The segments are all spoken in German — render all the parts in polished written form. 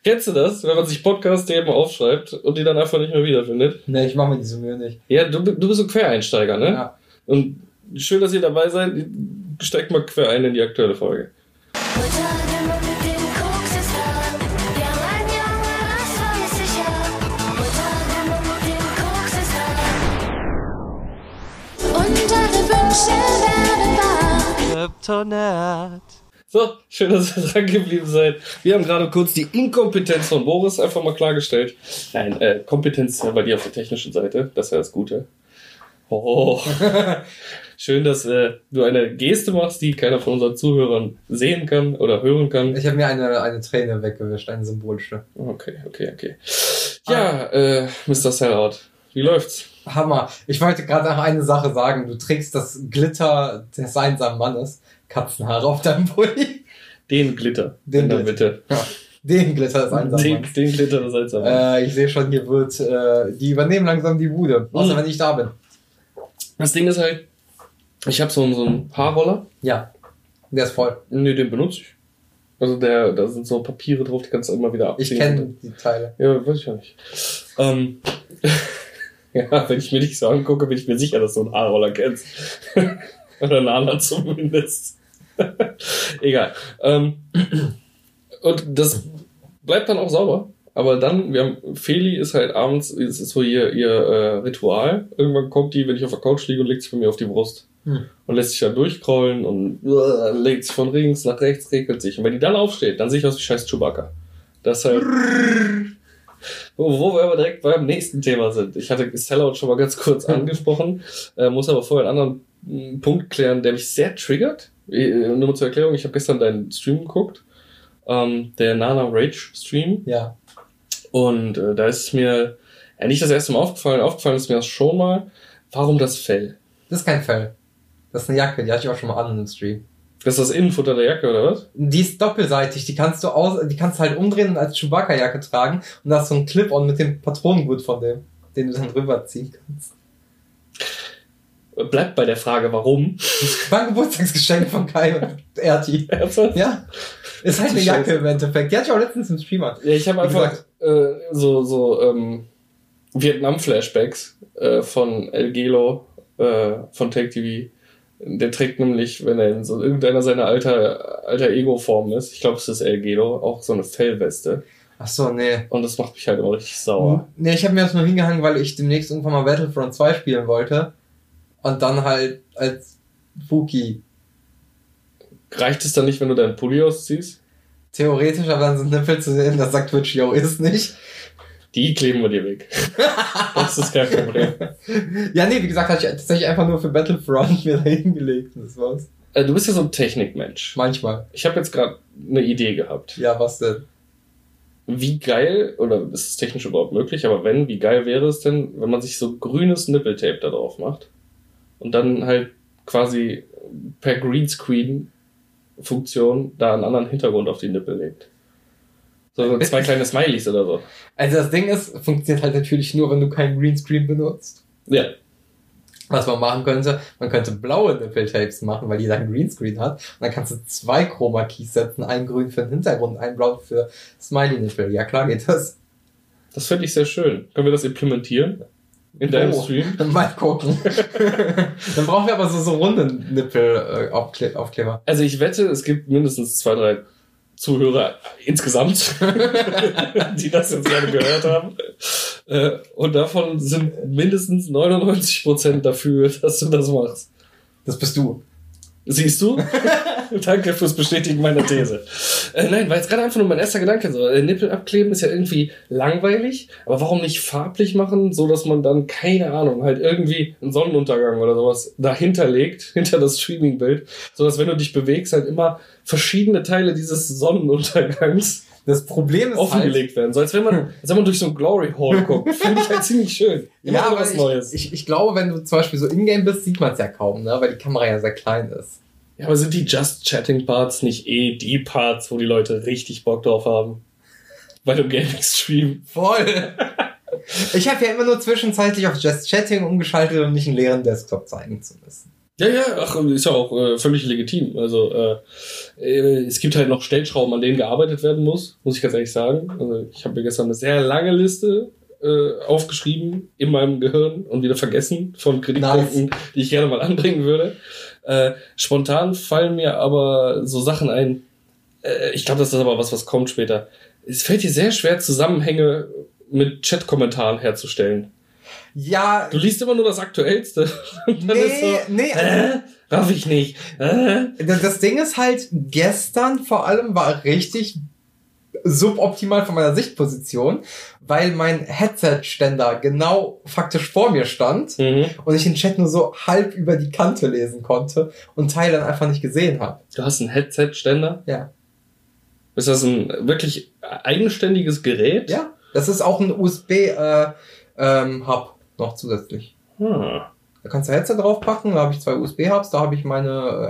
Kennst du das, wenn man sich Podcast-Themen aufschreibt und die dann einfach nicht mehr wiederfindet? Ne, ich mache mir diese Mühe nicht. Ja, du bist so Quereinsteiger, ne? Ja. Und schön, dass ihr dabei seid. Steigt mal quer ein in die aktuelle Folge. So, schön, dass ihr dran geblieben seid. Wir haben gerade kurz die Inkompetenz von Boris einfach mal klargestellt. Nein, Kompetenz ist ja bei dir auf der technischen Seite. Das ist ja das Gute. Oh, schön, dass du eine Geste machst, die keiner von unseren Zuhörern sehen kann oder hören kann. Ich habe mir eine Träne weggewischt, eine symbolische. Okay. Ja, Mr. Sellout, wie läuft's? Hammer. Ich wollte gerade noch eine Sache sagen. Du trägst das Glitter des einsamen Mannes. Katzenhaare auf deinem Pulli. Den Glitter. Den in der Glitter. Mitte. Ja, den Glitter des einsamen Mannes. Den Glitter des einsamen Mannes. Ich sehe schon, hier wird, die übernehmen langsam die Bude. Außer wenn ich da bin. Das Ding ist halt, ich habe so einen Haarroller. Ja. Der ist voll. Nee, den benutze ich. Also da sind so Papiere drauf, die kannst du immer wieder abziehen. Ich kenne die Teile. Ja, weiß ich ja nicht. Ja, wenn ich mir dich so angucke, bin ich mir sicher, dass du einen Haarroller kennst. Oder einen anderen zumindest. Egal. Und das bleibt dann auch sauber. Aber dann, Feli ist halt abends, es ist so ihr Ritual. Irgendwann kommt die, wenn ich auf der Couch liege und legt sich bei mir auf die Brust. Und lässt sich dann durchkrollen und legt sich von links nach rechts, regelt sich. Und wenn die dann aufsteht, dann sehe ich aus wie scheiß Chewbacca. Das ist halt... Wo wir aber direkt beim nächsten Thema sind. Ich hatte Sellout schon mal ganz kurz angesprochen, muss aber vorher einen anderen Punkt klären, der mich sehr triggert. Nur mal zur Erklärung, ich habe gestern deinen Stream geguckt, der Nana Rage Stream. Ja. Und da ist es mir nicht das erste Mal aufgefallen ist mir das schon mal, warum das Fell? Das ist kein Fell. Das ist eine Jacke, die hatte ich auch schon mal an im Stream. Das ist das Innenfutter der Jacke, oder was? Die ist doppelseitig, die kannst du halt umdrehen und als Chewbacca-Jacke tragen und da hast so einen Clip-on mit dem Patronengurt von dem, den du dann rüberziehen kannst. Bleibt bei der Frage, warum. War ein Geburtstagsgeschenk von Kai und Erti. Ernsthaft? Ja. Ist halt eine Jacke im Endeffekt. Die hatte ich auch letztens im Stream an. Ja, ich habe einfach Vietnam-Flashbacks von El Gelo von Take TV. Der trägt nämlich, wenn er in so irgendeiner seiner alter Ego-Form ist, ich glaube, es ist El Gelo, auch so eine Fellweste. Ach so, nee. Und das macht mich halt immer richtig sauer. Nee, ich habe mir das nur hingehangen, weil ich demnächst irgendwann mal Battlefront 2 spielen wollte. Und dann halt als Fuki. Reicht es dann nicht, wenn du deinen Pulli ausziehst? Theoretisch, aber dann sind Nippel zu sehen, das sagt Twitch, yo, ist nicht. Die kleben wir dir weg. Das ist kein Problem. Ja, nee, wie gesagt, hatte ich tatsächlich einfach nur für Battlefront mir da hingelegt. Das war's. Du bist ja so ein Technikmensch. Manchmal. Ich habe jetzt gerade eine Idee gehabt. Ja, was denn? Wie geil, oder ist es technisch überhaupt möglich, aber wie geil wäre es denn, wenn man sich so grünes Nippeltape da drauf macht und dann halt quasi per Greenscreen-Funktion da einen anderen Hintergrund auf die Nippel legt. So 2 kleine Smileys oder so. Also das Ding ist, funktioniert halt natürlich nur, wenn du keinen Greenscreen benutzt. Ja. Was man machen könnte, man könnte blaue Nippeltapes machen, weil die dann Greenscreen hat. Und dann kannst du 2 Chroma Keys setzen, einen grün für den Hintergrund, einen blau für Smiley-Nippel. Ja, klar geht das. Das finde ich sehr schön. Können wir das implementieren? In deinem Stream? Mal gucken. Dann brauchen wir aber so runde Nippel-Aufkleber. Also ich wette, es gibt mindestens 2, 3 Zuhörer insgesamt, die das jetzt gerade gehört haben. Und davon sind mindestens 99% dafür, dass du das machst. Das bist du. Siehst du? Danke fürs Bestätigen meiner These. Nein, war jetzt gerade einfach nur mein erster Gedanke. So, Nippel abkleben ist ja irgendwie langweilig, aber warum nicht farblich machen, so dass man dann, keine Ahnung, halt irgendwie einen Sonnenuntergang oder sowas dahinter legt, hinter das Streaming-Bild, so dass wenn du dich bewegst, halt immer verschiedene Teile dieses Sonnenuntergangs das Problem ist offengelegt werden. So als wenn man durch so ein Glory Hall guckt. Finde ich halt ziemlich schön. Immer ja, aber was Neues. Ich glaube, wenn du zum Beispiel so in-game bist, sieht man es ja kaum, ne? Weil die Kamera ja sehr klein ist. Ja, aber sind die Just-Chatting-Parts nicht die Parts, wo die Leute richtig Bock drauf haben? Bei dem Gaming-Stream. Voll! Ich habe ja immer nur zwischenzeitlich auf Just Chatting umgeschaltet, um nicht einen leeren Desktop zeigen zu müssen. Ja, ach, ist ja auch völlig legitim. Also es gibt halt noch Stellschrauben, an denen gearbeitet werden muss ich ganz ehrlich sagen. Also ich habe mir gestern eine sehr lange Liste aufgeschrieben in meinem Gehirn und wieder vergessen von Kritikpunkten, die ich gerne mal anbringen würde. Spontan fallen mir aber so Sachen ein. Ich glaube, das ist aber was kommt später. Es fällt dir sehr schwer, Zusammenhänge mit Chat-Kommentaren herzustellen. Ja. Du liest immer nur das Aktuellste. Raff ich nicht. Das Ding ist halt, gestern vor allem war richtig suboptimal von meiner Sichtposition, weil mein Headset-Ständer genau faktisch vor mir stand und ich den Chat nur so halb über die Kante lesen konnte und Teile dann einfach nicht gesehen habe. Du hast einen Headset-Ständer? Ja. Ist das ein wirklich eigenständiges Gerät? Ja. Das ist auch ein USB-Hub noch zusätzlich. Da kannst du Headset draufpacken, da habe ich 2 USB-Hubs, da habe ich meine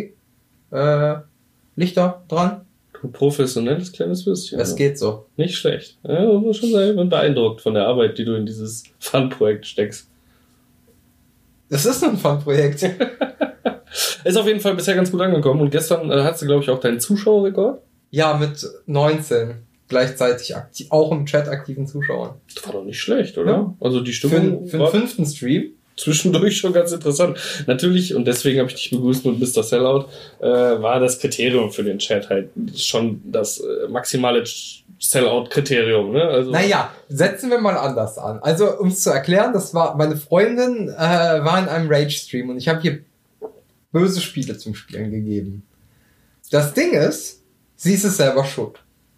LED-Lichter dran. Ein professionelles kleines bisschen. Es geht so. Nicht schlecht. Ja, muss schon sagen, ich bin beeindruckt von der Arbeit, die du in dieses Fun-Projekt steckst. Das ist ein Fun-Projekt. Ist auf jeden Fall bisher ganz gut angekommen und gestern hattest du, glaube ich, auch deinen Zuschauerrekord. Ja, mit 19 gleichzeitig aktiv, auch im Chat aktiven Zuschauern. Das war doch nicht schlecht, oder? Ja. Also die Stimmung für den 5. Stream. Zwischendurch schon ganz interessant. Natürlich, und deswegen habe ich dich begrüßt mit Mr. Sellout, war das Kriterium für den Chat halt schon das maximale Sellout-Kriterium. Ne? Also naja, setzen wir mal anders an. Also, um es zu erklären, das war, meine Freundin war in einem Rage-Stream und ich habe ihr böse Spiele zum Spielen gegeben. Das Ding ist, sie ist es selber schuld.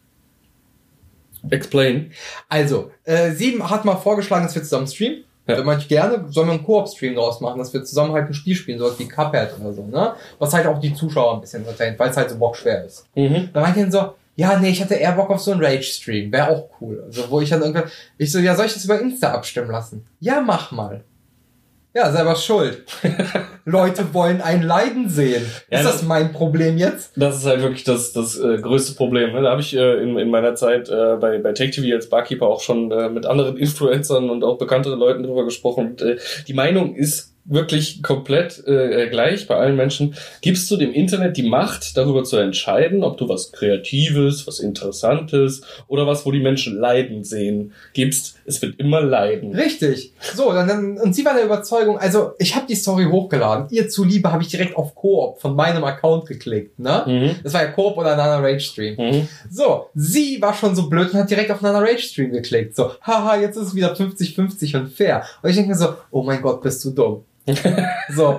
Explain. Also, sie hat mal vorgeschlagen, dass wir zusammen streamen. Ja. Wenn man gerne, sollen wir einen Koop-Stream draus machen, dass wir zusammen halt ein Spiel spielen, sowas wie Cuphead oder so, ne? Was halt auch die Zuschauer ein bisschen entertaint, weil es halt so bockschwer ist. Dann meinte ich dann so, ja, nee, ich hatte eher Bock auf so einen Rage-Stream, wäre auch cool. Also, wo ich dann irgendwann, ich so, ja, soll ich das über Insta abstimmen lassen? Ja, mach mal. Ja, selber schuld. Leute wollen ein Leiden sehen. Ja, ist das mein Problem jetzt? Das ist halt wirklich das größte Problem. Ne? Da habe ich in meiner Zeit bei TakeTV als Barkeeper auch schon mit anderen Influencern und auch bekannteren Leuten drüber gesprochen. Und, die Meinung ist wirklich komplett gleich bei allen Menschen. Gibst du dem Internet die Macht, darüber zu entscheiden, ob du was Kreatives, was Interessantes oder was, wo die Menschen Leiden sehen, gibst, es wird immer leiden. Richtig. So, und sie war der Überzeugung, also ich habe die Story hochgeladen. Ihr zuliebe habe ich direkt auf Koop von meinem Account geklickt, ne? Das war ja Koop oder Nana Rage Stream. So, sie war schon so blöd und hat direkt auf Nana Rage Stream geklickt. So, haha, jetzt ist es wieder 50-50 und fair. Und ich denke mir so, oh mein Gott, bist du dumm. So,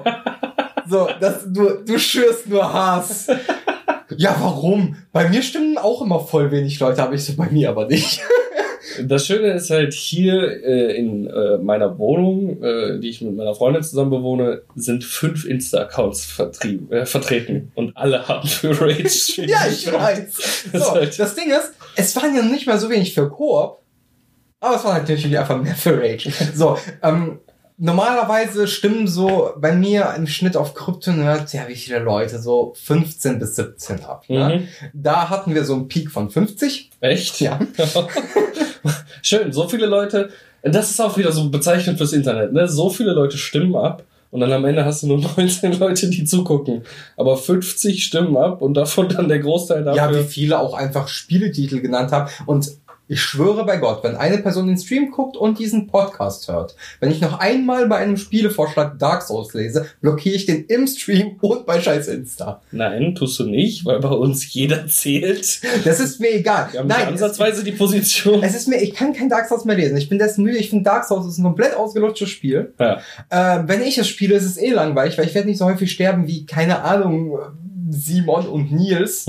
du schürst nur Hass. Ja, warum? Bei mir stimmen auch immer voll wenig Leute, aber ich so, bei mir aber nicht. Das Schöne ist halt hier in meiner Wohnung, die ich mit meiner Freundin zusammen bewohne, sind 5 Insta-Accounts vertreten und alle haben für Rage Stream. Ja, ich weiß. So, das Ding ist, es waren ja nicht mal so wenig für Koop, aber es waren halt natürlich einfach mehr für Rage. So, normalerweise stimmen so bei mir im Schnitt auf CryptoNerd, ja, wie viele Leute? So 15 bis 17 ab. Ne? Da hatten wir so einen Peak von 50. Echt? Ja. Schön, so viele Leute. Das ist auch wieder so bezeichnend fürs Internet. Ne? So viele Leute stimmen ab und dann am Ende hast du nur 19 Leute, die zugucken. Aber 50 stimmen ab und davon dann der Großteil dafür. Ja, wie viele auch einfach Spieletitel genannt haben. Und ich schwöre bei Gott, wenn eine Person den Stream guckt und diesen Podcast hört, wenn ich noch einmal bei einem Spielevorschlag Dark Souls lese, blockiere ich den im Stream und bei scheiß Insta. Nein, tust du nicht, weil bei uns jeder zählt. Das ist mir egal. Wir haben nicht ansatzweise die Position. Ich kann kein Dark Souls mehr lesen. Ich bin dessen müde. Ich finde Dark Souls ist ein komplett ausgelutschtes Spiel. Ja. Wenn ich es spiele, ist es eh langweilig, weil ich werde nicht so häufig sterben wie, keine Ahnung, Simon und Nils.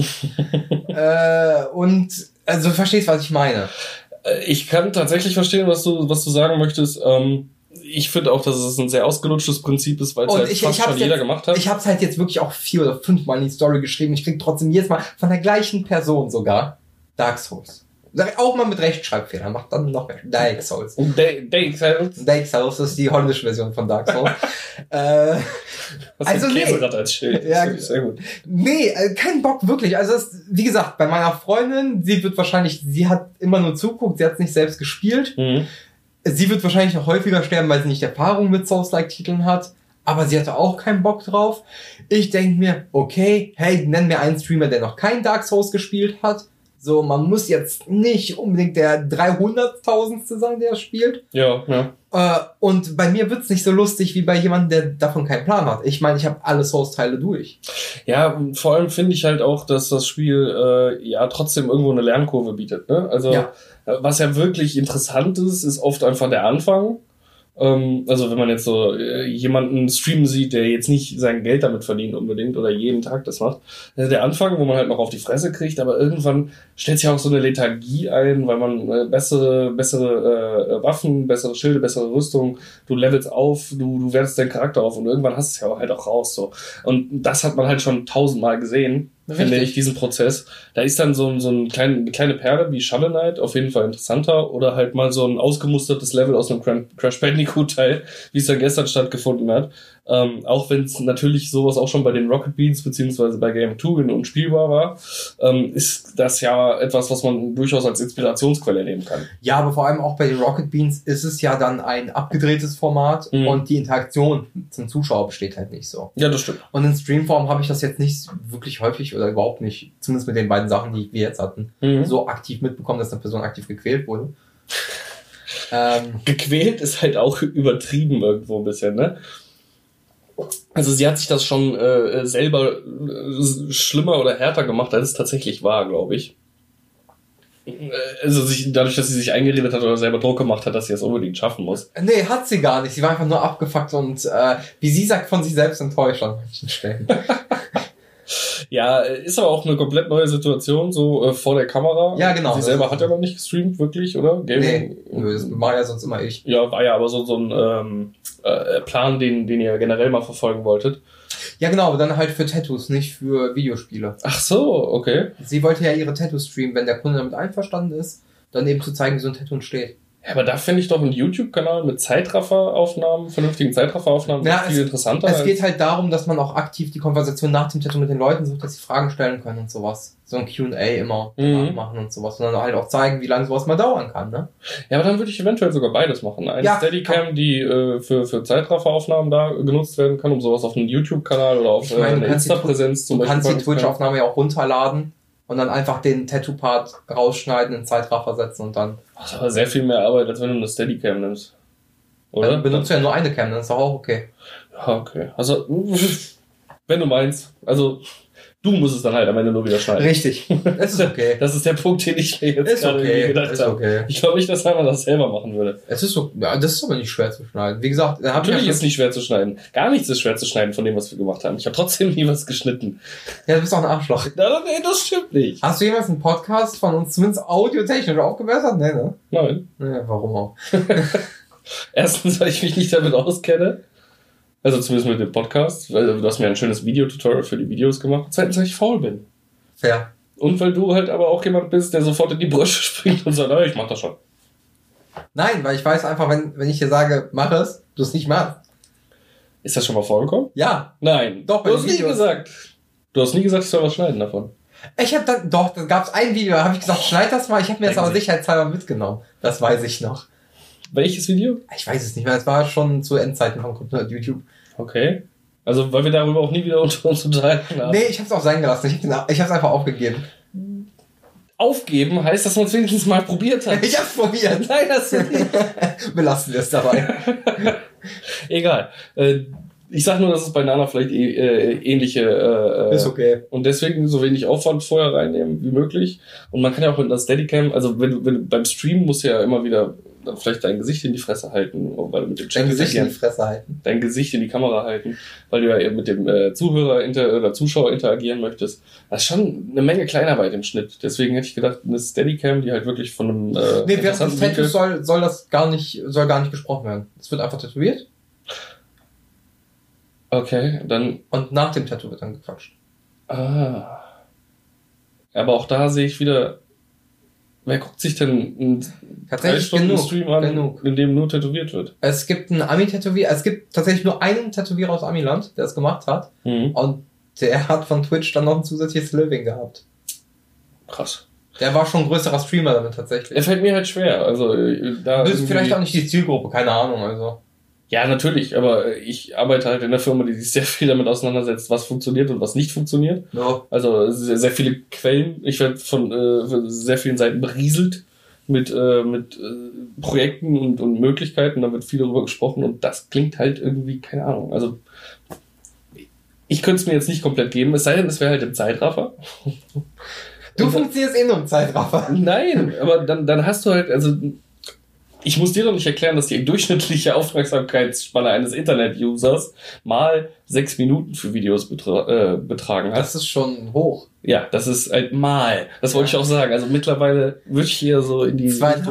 Also du verstehst, was ich meine. Ich kann tatsächlich verstehen, was du sagen möchtest. Ich finde auch, dass es ein sehr ausgelutschtes Prinzip ist, weil es halt fast schon jeder gemacht hat. Ich habe es halt jetzt wirklich auch 4 oder 5 Mal in die Story geschrieben. Ich krieg trotzdem jedes Mal von der gleichen Person sogar Dark Souls. Auch mal mit Rechtschreibfehlern. Macht dann noch mehr. Dark Souls. Dark Souls ist die holländische Version von Dark Souls. Also ein Käserad als Schild. Ja, das sehr gut. Nee, kein Bock, wirklich. Also das, wie gesagt, bei meiner Freundin, sie hat immer nur zuguckt, sie hat es nicht selbst gespielt. Sie wird wahrscheinlich noch häufiger sterben, weil sie nicht Erfahrung mit Souls-like-Titeln hat. aber sie hatte auch keinen Bock drauf. Ich denke mir, okay, hey, nenn mir einen Streamer, der noch kein Dark Souls gespielt hat. So, man muss jetzt nicht unbedingt der 300.000. sein, der spielt. Ja. Und bei mir wird's nicht so lustig wie bei jemandem, der davon keinen Plan hat. Ich meine, ich habe alle Souls-Teile durch. Ja, vor allem finde ich halt auch, dass das Spiel trotzdem irgendwo eine Lernkurve bietet. Ne? Also was ja wirklich interessant ist oft einfach der Anfang. Also wenn man jetzt so jemanden streamen sieht, der jetzt nicht sein Geld damit verdient unbedingt oder jeden Tag das macht, der Anfang, wo man halt noch auf die Fresse kriegt, aber irgendwann stellt sich auch so eine Lethargie ein, weil man bessere Waffen, bessere Schilde, bessere Rüstung, du levelst auf, du wertest deinen Charakter auf und irgendwann hast du es ja halt auch raus. So. Und das hat man halt schon 1000-mal gesehen. Finde ich, diesen Prozess. Da ist dann so eine kleine Perle wie Shovel Knight auf jeden Fall interessanter oder halt mal so ein ausgemustertes Level aus einem Crash Bandicoot Teil, wie es dann gestern stattgefunden hat. Auch wenn es natürlich sowas auch schon bei den Rocket Beans beziehungsweise bei Game 2 unspielbar war, ist das ja etwas, was man durchaus als Inspirationsquelle nehmen kann. Ja, aber vor allem auch bei den Rocket Beans ist es ja dann ein abgedrehtes Format und die Interaktion zum Zuschauer besteht halt nicht so. Ja, das stimmt. Und in Streamform habe ich das jetzt nicht wirklich häufig oder überhaupt nicht, zumindest mit den beiden Sachen, die wir jetzt hatten, so aktiv mitbekommen, dass eine Person aktiv gequält wurde. Gequält ist halt auch übertrieben irgendwo ein bisschen, ne? Also sie hat sich das schon selber schlimmer oder härter gemacht, als es tatsächlich war, glaube ich. Also dadurch, dass sie sich eingeredet hat oder selber Druck gemacht hat, dass sie das unbedingt schaffen muss. Nee, hat sie gar nicht. Sie war einfach nur abgefuckt und wie sie sagt, von sich selbst enttäuscht an manchen Stellen. Ja, ist aber auch eine komplett neue Situation, so vor der Kamera. Ja, genau. Sie selber hat ja noch nicht gestreamt, wirklich, oder? Gaming? Nee, das war ja sonst immer ich. Ja, war ja aber so ein Plan, den ihr generell mal verfolgen wolltet. Ja, genau, aber dann halt für Tattoos, nicht für Videospiele. Ach so, okay. Sie wollte ja ihre Tattoos streamen, wenn der Kunde damit einverstanden ist, dann eben zu zeigen, wie so ein Tattoo entsteht. Ja, aber da finde ich doch einen YouTube-Kanal mit Zeitrafferaufnahmen, vernünftigen Zeitrafferaufnahmen viel interessanter. Es geht halt darum, dass man auch aktiv die Konversation nach dem Tattoo mit den Leuten sucht, dass sie Fragen stellen können und sowas. So ein Q&A immer machen und sowas. Und dann halt auch zeigen, wie lange sowas mal dauern kann, ne? Ja, aber dann würde ich eventuell sogar beides machen. Eine Steadicam, die für Zeitrafferaufnahmen da genutzt werden kann, um sowas auf einen YouTube-Kanal oder auf eine Insta-Präsenz zum Beispiel. Du kannst die Twitch-Aufnahme ja auch runterladen. Und dann einfach den Tattoo-Part rausschneiden, in Zeitraffer setzen und dann... Das ist aber sehr viel mehr Arbeit, als wenn du eine Steadicam nimmst. Oder? Dann benutzt du ja nur eine Cam, dann ist doch auch okay. Ja, okay. Also, wenn du meinst. Also, du musst es dann halt am Ende nur wieder schneiden. Richtig. Das ist okay. Das ist der Punkt, den ich mir jetzt gerade gedacht habe. Okay. Ich glaube nicht, dass man das selber machen würde. Es ist so, ja, das ist aber nicht schwer zu schneiden. Wie gesagt, natürlich ist es nicht schwer zu schneiden. Gar nichts ist schwer zu schneiden von dem, was wir gemacht haben. Ich habe trotzdem nie was geschnitten. Ja, du bist doch ein Arschloch. Nee, das stimmt nicht. Hast du jemals einen Podcast von uns zumindest audiotechnisch aufgebessert? Nee, ne? Nein. Ja, warum auch? Erstens, weil ich mich nicht damit auskenne. Also zumindest mit dem Podcast, weil du hast mir ein schönes Videotutorial für die Videos gemacht. Zweitens, weil ich faul bin. Fair. Und weil du halt aber auch jemand bist, der sofort in die Brüche springt und sagt, ich mach das schon. Nein, weil ich weiß einfach, wenn ich dir sage, mach es, du es nicht machst. Ist das schon mal vorgekommen? Ja. Nein. Doch, du hast nie gesagt. Du hast nie gesagt, ich soll was schneiden davon. Ich habe dann, doch, da gab es ein Video, da habe ich gesagt, schneid das mal. Ich habe mir das aber sicherheitshalber mitgenommen. Das weiß ich noch. Welches Video? Ich weiß es nicht mehr. Es war schon zu Endzeiten von YouTube. Okay. Also, weil wir darüber auch nie wieder unter uns unterhalten haben. Nee, ich habe es auch sein gelassen. Ich habe es einfach aufgegeben. Aufgeben heißt, dass man es wenigstens mal probiert hat. Ich hab's probiert. Nein, das ist nicht. Belassen wir es dabei. Egal. Ich sag nur, dass es bei Nana vielleicht ähnliche ist okay. Und deswegen so wenig Aufwand vorher reinnehmen wie möglich. Und man kann ja auch mit einer Steadicam, also wenn du beim Streamen musst du ja immer wieder dann vielleicht dein Gesicht in die Fresse halten, weil du mit dem Chat dein Gesicht in die Fresse halten. Dein Gesicht in die Kamera halten, weil du ja eben mit dem Zuhörer oder Zuschauer interagieren möchtest. Das ist schon eine Menge Kleinarbeit im Schnitt. Deswegen hätte ich gedacht, eine Steadicam, die halt wirklich von einem nee, während des Tattoos soll das gar nicht besprochen werden. Es wird einfach tätowiert. Okay, dann... Und nach dem Tattoo wird dann gequatscht. Ah. Aber auch da sehe ich wieder... Wer guckt sich denn einen 3-Stunden-Stream an, in dem nur tätowiert wird? Es gibt einen Ami-Tätowierer, es gibt tatsächlich nur einen Tätowierer aus Amiland, der es gemacht hat. Und der hat von Twitch dann noch ein zusätzliches Living gehabt. Krass. Der war schon ein größerer Streamer damit tatsächlich. Er fällt mir halt schwer. Also, da du bist vielleicht auch nicht die Zielgruppe, keine Ahnung. Also Ja, natürlich, aber ich arbeite halt in einer Firma, die sich sehr viel damit auseinandersetzt, was funktioniert und was nicht funktioniert. Ja. Also sehr, sehr viele Quellen. Ich werde von sehr vielen Seiten berieselt mit Projekten und Möglichkeiten. Da wird viel darüber gesprochen und das klingt halt irgendwie, keine Ahnung. Also ich könnte es mir jetzt nicht komplett geben, es sei denn, es wäre halt im Zeitraffer. Du funktionierst nur im Zeitraffer. Nein, aber dann hast du halt, also ich muss dir doch nicht erklären, dass die durchschnittliche Aufmerksamkeitsspanne eines Internet-Users mal 6 Minuten für Videos betragen hat. Das ist schon hoch. Ja, das ist halt mal. Das wollte ich auch sagen. Also mittlerweile würde ich hier so in die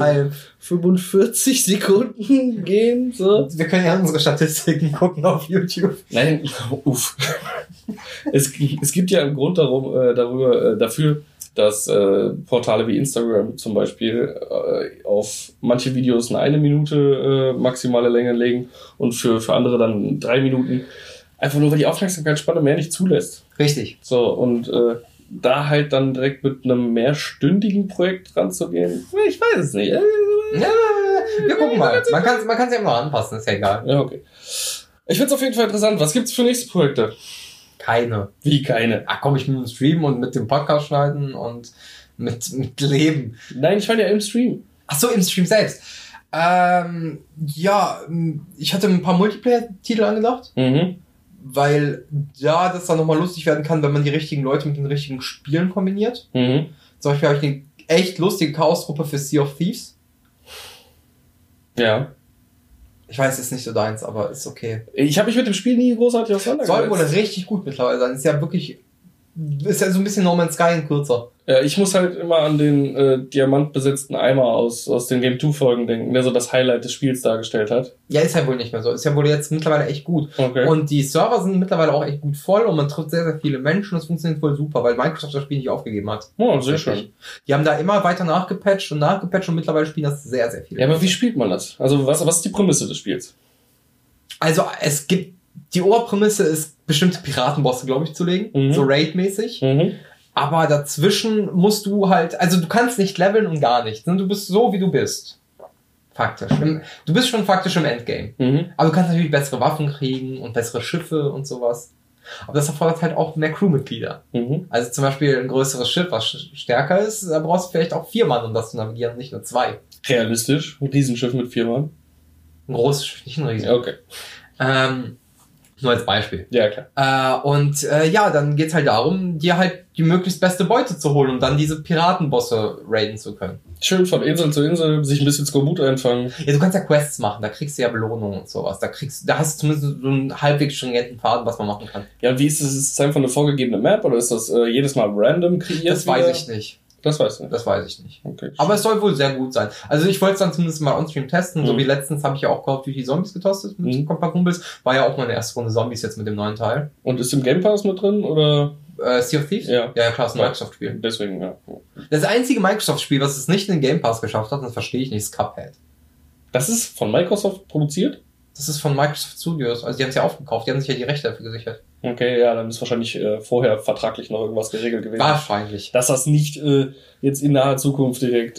45 Sekunden gehen. So. Wir können ja unsere Statistiken gucken auf YouTube. Nein, uff. Es gibt ja einen Grund dafür, dass Portale wie Instagram zum Beispiel auf manche Videos eine Minute maximale Länge legen und für andere dann 3 Minuten. Einfach nur, weil die Aufmerksamkeitsspanne mehr nicht zulässt. Richtig. So, und da halt dann direkt mit einem mehrstündigen Projekt ranzugehen, ich weiß es nicht. Ja, wir gucken mal. Man kann es ja immer noch anpassen, ist ja egal. Ja, okay. Ich find's auf jeden Fall interessant. Was gibt's für nächste Projekte? Keine. Wie keine? Ach komm, ich mit dem Stream und mit dem Podcast schneiden und mit Leben. Nein, ich meine ja im Stream. Ach so, im Stream selbst. Ja, ich hatte ein paar Multiplayer-Titel angedacht. Mhm. Weil das dann nochmal lustig werden kann, wenn man die richtigen Leute mit den richtigen Spielen kombiniert. Mhm. Zum Beispiel habe ich eine echt lustige Chaos-Gruppe für Sea of Thieves. Ja. Ich weiß, es ist nicht so deins, aber ist okay. Ich habe mich mit dem Spiel nie großartig auseinandergesetzt. Soll wohl richtig gut mittlerweile sein. Ist ja so ein bisschen No Man's Sky in kürzer. Ja, ich muss halt immer an den diamantbesetzten Eimer aus den Game 2 Folgen denken, der so das Highlight des Spiels dargestellt hat. Ja, ist ja wohl nicht mehr so. Ist ja wohl jetzt mittlerweile echt gut. Okay. Und die Server sind mittlerweile auch echt gut voll und man trifft sehr, sehr viele Menschen. Das funktioniert voll super, weil Microsoft das Spiel nicht aufgegeben hat. Oh, sehr schön. Die haben da immer weiter nachgepatcht und mittlerweile spielen das sehr, sehr viele. Ja, aber wie spielt man das? Also was ist die Prämisse des Spiels? Also die Oberprämisse ist, bestimmte Piratenbosse, glaube ich, zu legen. So Raid-mäßig. Mhm. Aber dazwischen musst du halt, also du kannst nicht leveln und gar nichts. Du bist so, wie du bist. Faktisch. Du bist schon faktisch im Endgame. Mhm. Aber du kannst natürlich bessere Waffen kriegen und bessere Schiffe und sowas. Aber das erfordert halt auch mehr Crewmitglieder. Mhm. Also zum Beispiel ein größeres Schiff, was stärker ist, da brauchst du vielleicht auch 4 Mann, um das zu navigieren, nicht nur 2. Realistisch? Ein Riesenschiff mit 4 Mann? Ein großes Schiff, nicht ein Riesenschiff. Okay. Nur als Beispiel. Ja, klar. Dann geht's halt darum, dir halt die möglichst beste Beute zu holen und dann diese Piratenbosse raiden zu können. Schön von Insel zu Insel, sich ein bisschen Skorbut einfangen. Ja, du kannst ja Quests machen, da kriegst du ja Belohnungen und sowas. Da hast du zumindest so einen halbwegs stringenten Faden, was man machen kann. Ja, und wie ist es? Ist es einfach eine vorgegebene Map oder ist das jedes Mal random kreiert? Das weiß ich nicht. Das weißt du nicht? Das weiß ich nicht. Okay. Aber es soll wohl sehr gut sein. Also ich wollte es dann zumindest mal on-stream testen. So wie letztens habe ich ja auch Call of Duty Zombies getestet mit ein paar Kumpels. War ja auch meine erste Runde Zombies jetzt mit dem neuen Teil. Und ist im Game Pass mit drin, oder? Sea of Thieves? Ja. Ja, klar, ist ein Microsoft-Spiel. Deswegen, ja. Das einzige Microsoft-Spiel, was es nicht in den Game Pass geschafft hat, das verstehe ich nicht, ist Cuphead. Das ist von Microsoft produziert? Das ist von Microsoft Studios. Also die haben es ja aufgekauft. Die haben sich ja die Rechte dafür gesichert. Okay, ja, dann ist wahrscheinlich vorher vertraglich noch irgendwas geregelt gewesen. Wahrscheinlich. Dass das nicht jetzt in naher Zukunft direkt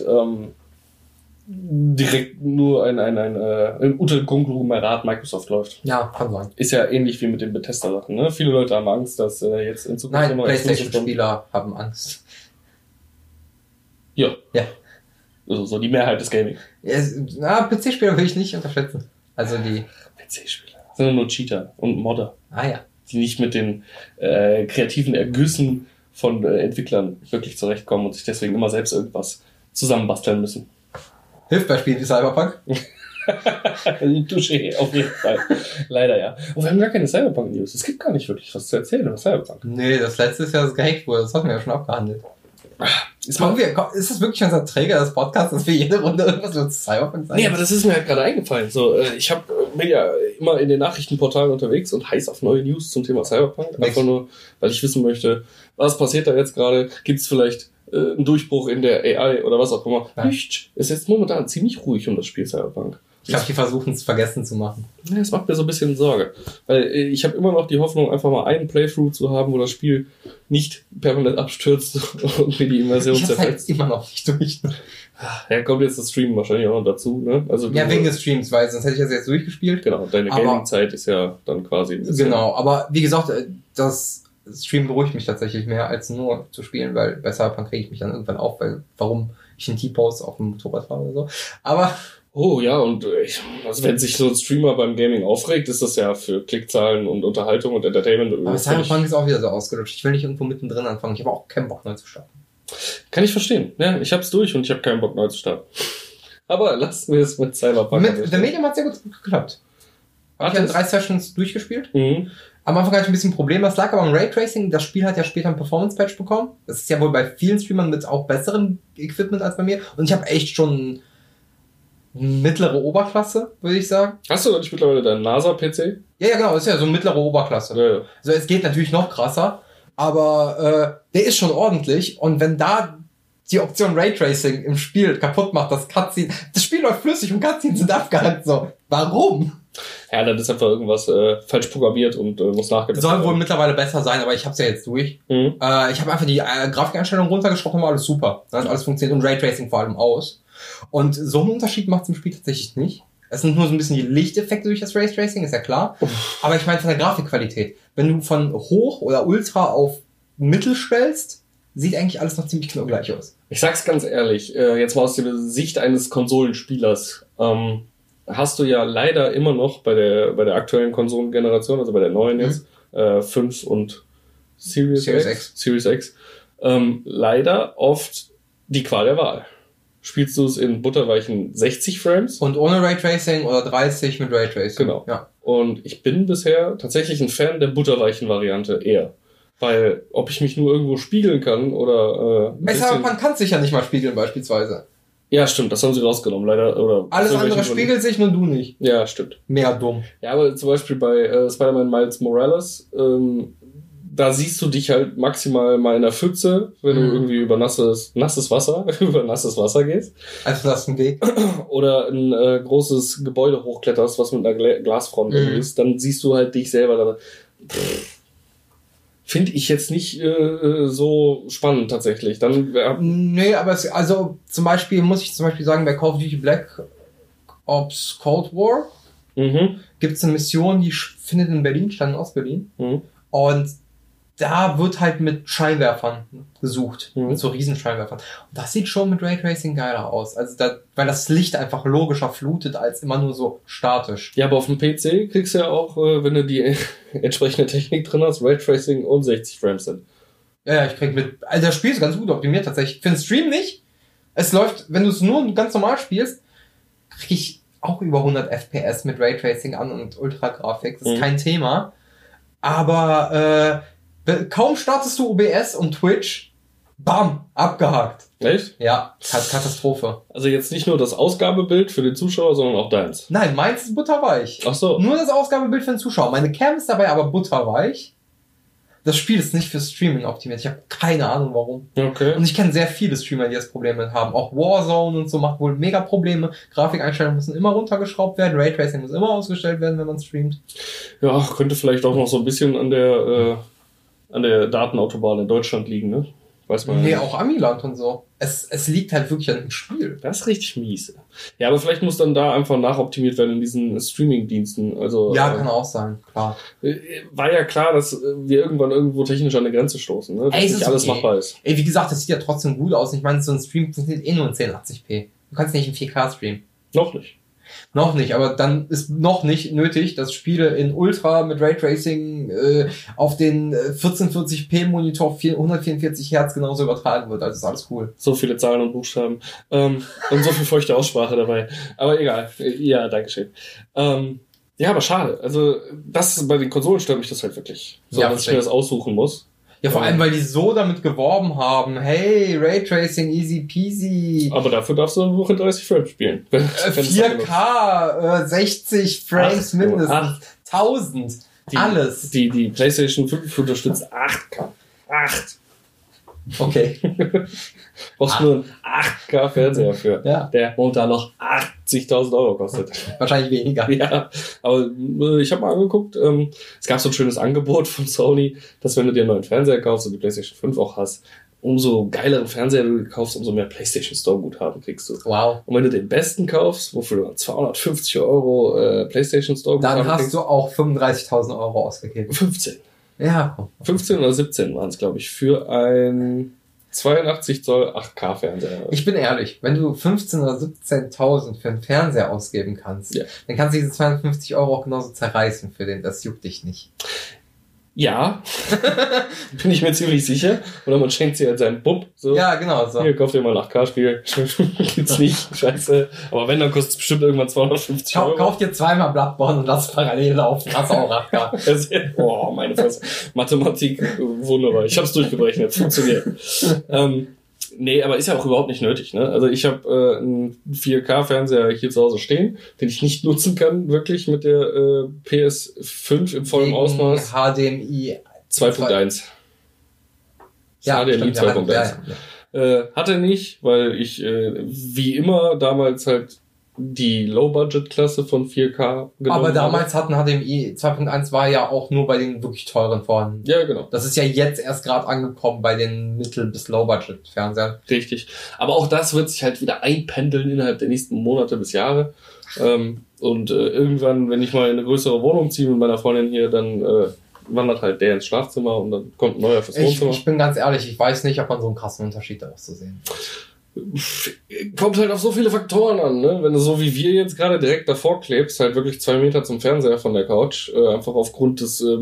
nur ein Unterkonglomerat Microsoft läuft. Ja, kann sein. Ist ja ähnlich wie mit den Bethesda-Sachen, ne? Viele Leute haben Angst, dass jetzt in Zukunft... Nein, PlayStation-Spieler haben Angst. Ja. Also so die Mehrheit des Gaming. PC-Spieler will ich nicht unterschätzen. Also die... PC-Spieler sind nur Cheater und Modder. Ah ja. Die nicht mit den kreativen Ergüssen von Entwicklern wirklich zurechtkommen und sich deswegen immer selbst irgendwas zusammenbasteln müssen. Hilft bei Spielen wie Cyberpunk? Touché, auf jeden Fall. Leider ja. Oh, wir haben gar keine Cyberpunk-News. Es gibt gar nicht wirklich was zu erzählen über Cyberpunk. Nee, das letzte ist ja das gehackt wurde. Das hatten wir ja schon abgehandelt. Ist das wirklich unser Träger des Podcasts, dass wir jede Runde irgendwas über Cyberpunk sagen? Nee, aber das ist mir halt gerade eingefallen. So, ich bin ja immer in den Nachrichtenportalen unterwegs und heiß auf neue News zum Thema Cyberpunk. Einfach nur, weil ich wissen möchte, was passiert da jetzt gerade? Gibt es vielleicht einen Durchbruch in der AI oder was auch immer? Nicht. Ist jetzt momentan ziemlich ruhig um das Spiel Cyberpunk. Ich glaube, die versuchen es vergessen zu machen. Ja, das macht mir so ein bisschen Sorge. Weil ich habe immer noch die Hoffnung, einfach mal einen Playthrough zu haben, wo das Spiel nicht permanent abstürzt und mir die Immersion zerfällt. Ich hab's halt immer noch nicht durch. Ja, kommt jetzt das Streamen wahrscheinlich auch noch dazu, ne? Also ja, wegen des Streams, weil sonst hätte ich das jetzt durchgespielt. Genau, deine Gaming-Zeit ist ja dann quasi ein bisschen... Genau, aber wie gesagt, das Stream beruhigt mich tatsächlich mehr, als nur zu spielen, weil bei Cyberpunk kriege ich mich dann irgendwann auf, weil warum ich einen T-Pose auf dem Motorrad fahre oder so. Aber... Oh ja, und also wenn sich so ein Streamer beim Gaming aufregt, ist das ja für Klickzahlen und Unterhaltung und Entertainment... Aber Cyberpunk ist auch wieder so ausgelutscht. Ich will nicht irgendwo mittendrin anfangen. Ich habe auch keinen Bock, neu zu starten. Kann ich verstehen. Ja, ich hab's durch und ich habe keinen Bock, neu zu starten. Aber lassen wir es mit Cyberpunk. Mit der Medium hat sehr gut geklappt. Ich habe 3 Sessions durchgespielt. Am Anfang hatte ich ein bisschen Probleme. Das lag aber am Raytracing. Das Spiel hat ja später ein Performance-Patch bekommen. Das ist ja wohl bei vielen Streamern mit auch besserem Equipment als bei mir. Und ich habe echt schon mittlere Oberklasse, würde ich sagen. Hast du nicht mittlerweile deinen NASA-PC? Ja, genau. Das ist ja so mittlere Oberklasse. Ja. Also es geht natürlich noch krasser. Aber der ist schon ordentlich. Und wenn da die Option Raytracing im Spiel kaputt macht, das Spiel läuft flüssig und Cutscenes sind abgehakt. So, warum? Ja, dann ist einfach irgendwas falsch programmiert und muss nachgedacht werden. Soll wohl mittlerweile besser sein, aber ich hab's ja jetzt durch. Ich habe einfach die Grafikeinstellungen runtergeschraubt und war alles super. Dann hat alles funktioniert und Raytracing vor allem aus. Und so einen Unterschied macht's im Spiel tatsächlich nicht. Es sind nur so ein bisschen die Lichteffekte durch das Raytracing, ist ja klar. Aber ich meine von der Grafikqualität. Wenn du von hoch oder ultra auf mittel stellst, sieht eigentlich alles noch ziemlich genau gleich aus. Ich sag's ganz ehrlich, jetzt mal aus der Sicht eines Konsolenspielers, hast du ja leider immer noch bei der aktuellen Konsolengeneration, also bei der neuen jetzt, 5 und Series X, leider oft die Qual der Wahl. Spielst du es in butterweichen 60 Frames? Und ohne Raytracing oder 30 mit Raytracing. Genau. Ja. Und ich bin bisher tatsächlich ein Fan der butterweichen Variante eher. Weil, ob ich mich nur irgendwo spiegeln kann oder... Man kann sich ja nicht mal spiegeln beispielsweise. Ja, stimmt, das haben sie rausgenommen, leider. Oder alles andere spiegelt sich, nur du nicht. Ja, stimmt. Mehr dumm. Ja, aber zum Beispiel bei Spider-Man Miles Morales, da siehst du dich halt maximal mal in der Pfütze, wenn du irgendwie über nasses Wasser gehst. Also das ist ein Weg. Oder ein großes Gebäude hochkletterst, was mit einer Glasfront ist, dann siehst du halt dich selber da. Finde ich jetzt nicht so spannend tatsächlich. Nee, aber zum Beispiel muss ich sagen, bei Call of Duty Black Ops Cold War gibt es eine Mission, die findet in Berlin statt, in Ostberlin. Und da wird halt mit Scheinwerfern gesucht. Mit so Riesenscheinwerfern. Und das sieht schon mit Raytracing geiler aus. Also weil das Licht einfach logischer flutet, als immer nur so statisch. Ja, aber auf dem PC kriegst du ja auch, wenn du die entsprechende Technik drin hast, Raytracing und 60 Frames sind. Ja, ich krieg mit. Also das Spiel ist ganz gut optimiert tatsächlich. Für den Stream nicht. Es läuft, wenn du es nur ganz normal spielst, krieg ich auch über 100 FPS mit Raytracing an und Ultra-Grafik. Das ist kein Thema. Aber kaum startest du OBS und Twitch, bam, abgehakt. Echt? Ja, Katastrophe. Also jetzt nicht nur das Ausgabebild für den Zuschauer, sondern auch deins. Nein, meins ist butterweich. Ach so. Nur das Ausgabebild für den Zuschauer. Meine Cam ist dabei aber butterweich. Das Spiel ist nicht für Streaming optimiert. Ich habe keine Ahnung warum. Okay. Und ich kenne sehr viele Streamer, die das Problem mit haben. Auch Warzone und so macht wohl mega Probleme. Grafikeinstellungen müssen immer runtergeschraubt werden. Raytracing muss immer ausgestellt werden, wenn man streamt. Ja, könnte vielleicht auch noch so ein bisschen an der Datenautobahn in Deutschland liegen, ne? Weiß man Nee, ja auch Amiland und so. Es liegt halt wirklich an dem Spiel. Das ist richtig mies. Ja, aber vielleicht muss dann da einfach nachoptimiert werden in diesen Streaming-Diensten. Also, Ja, kann auch sein, klar. War ja klar, dass wir irgendwann irgendwo technisch an eine Grenze stoßen, ne? Dass nicht alles machbar ist. Ey, wie gesagt, das sieht ja trotzdem gut aus. Ich meine, so ein Stream funktioniert nur in 1080p. Du kannst nicht in 4K streamen. Noch nicht. Noch nicht, aber dann ist noch nicht nötig, dass Spiele in Ultra mit Raytracing auf den 1440p Monitor 144 Hertz genauso übertragen wird. Also ist alles cool. So viele Zahlen und Buchstaben. Und so viel feuchte Aussprache dabei. Aber egal. Ja, dankeschön. Ja, aber schade. Also das bei den Konsolen stört mich das halt wirklich. So, Ja, dass ich mir das aussuchen muss. Ja, vor allem, weil die so damit geworben haben. Hey, Raytracing, easy peasy. Aber dafür darfst du nur in 30 Frames spielen. 4K, 60 Frames mindestens. 1000. Alles. Die PlayStation 5 unterstützt 8K. 8. Okay. Brauchst nur einen 8K Fernseher für. Ja. Der momentan noch 80.000 Euro kostet. Wahrscheinlich weniger. Ja, aber ich habe mal angeguckt, es gab so ein schönes Angebot von Sony, dass wenn du dir einen neuen Fernseher kaufst und die PlayStation 5 auch hast, umso geileren Fernseher du kaufst, umso mehr PlayStation Store Guthaben kriegst du. Wow. Und wenn du den besten kaufst, wofür du 250 € PlayStation Store Guthaben kriegst, dann hast du auch 35.000 € ausgegeben. 15. Ja. 15 oder 17 waren es, glaube ich, für ein 82 Zoll 8K Fernseher. Ich bin ehrlich, wenn du 15.000 oder 17.000 für einen Fernseher ausgeben kannst, dann kannst du diese 250 € auch genauso zerreißen für den, das juckt dich nicht. Ja, bin ich mir ziemlich sicher. Oder man schenkt sie halt seinem Bub. So. Ja, genau. So. Hier, kauf dir mal ein 8K-Spiel. Gibt's nicht. Scheiße. Aber wenn, dann kostet es bestimmt irgendwann 250 €. Kauf dir zweimal Bloodborne und lass parallel laufen. Hast auch 8K. Boah, meine Fresse. Mathematik, wunderbar. Ich hab's durchgerechnet. Funktioniert. Nee, aber ist ja auch überhaupt nicht nötig, ne? Also ich habe einen 4K-Fernseher hier zu Hause stehen, den ich nicht nutzen kann, wirklich mit der PS5 im vollen Ausmaß. HDMI 2.1. Ja, HDMI 2.1. Hat er nicht, weil ich wie immer damals halt die Low-Budget-Klasse von 4K genommen. Aber damals hatten HDMI 2.1 war ja auch nur bei den wirklich teuren vorhanden. Ja, genau. Das ist ja jetzt erst gerade angekommen bei den Mittel- bis Low-Budget-Fernsehern. Richtig. Aber auch das wird sich halt wieder einpendeln innerhalb der nächsten Monate bis Jahre. Und irgendwann, wenn ich mal in eine größere Wohnung ziehe mit meiner Freundin hier, dann wandert halt der ins Schlafzimmer und dann kommt ein neuer fürs Wohnzimmer. Ich bin ganz ehrlich, ich weiß nicht, ob man so einen krassen Unterschied daraus zu sehen hat. Kommt halt auf so viele Faktoren an, ne? Wenn du so wie wir jetzt gerade direkt davor klebst, halt wirklich 2 Meter zum Fernseher von der Couch, einfach aufgrund des in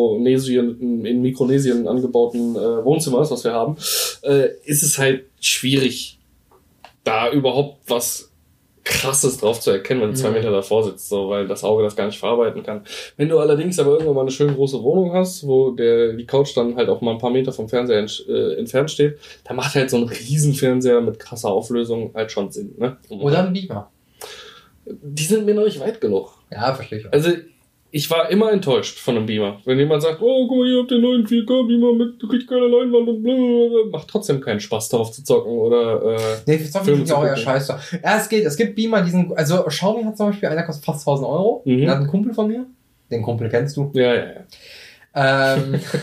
Mikronesien angebauten Wohnzimmers, was wir haben, ist es halt schwierig, da überhaupt was Krasses drauf zu erkennen, wenn du 2 Meter davor sitzt, so, weil das Auge das gar nicht verarbeiten kann. Wenn du allerdings aber irgendwann mal eine schön große Wohnung hast, wo die Couch dann halt auch mal ein paar Meter vom Fernseher entfernt steht, dann macht halt so ein Riesenfernseher mit krasser Auflösung halt schon Sinn, ne? Oder ein Beamer. Die sind mir noch nicht weit genug. Ja, verstehe ich auch. Also, ich war immer enttäuscht von einem Beamer. Wenn jemand sagt, oh, guck mal, ihr habt den neuen 4K-Beamer mit richtig geiler Leinwand und blablabla, macht trotzdem keinen Spaß darauf zu zocken oder nee, für Zocken sind ja auch eher scheiße. Ja, es gibt Beamer, die sind, also Xiaomi hat zum Beispiel, einer kostet fast 1.000 €. Der hat einen Kumpel von mir. Den Kumpel kennst du. Ja.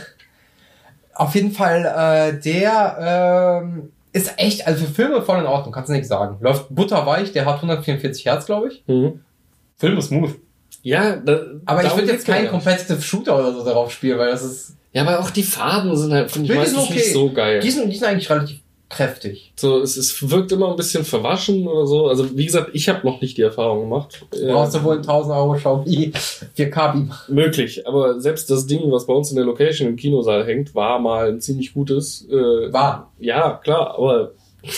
Auf jeden Fall, der ist echt, also für Filme voll in Ordnung, kannst du nichts sagen. Läuft butterweich, der hat 144 Hertz, glaube ich. Film ist smooth. Ja, aber ich würde jetzt keinen Competitive Shooter oder so darauf spielen, weil das ist... Ja, aber auch die Farben sind halt, finde ich, meistens nicht so geil. Die sind eigentlich relativ kräftig. So, es wirkt immer ein bisschen verwaschen oder so. Also, wie gesagt, ich habe noch nicht die Erfahrung gemacht. Du brauchst ja wohl 1.000 € Xiaomi 4K-Beamer. Möglich, aber selbst das Ding, was bei uns in der Location im Kinosaal hängt, war mal ein ziemlich gutes. War? Ja, klar, aber...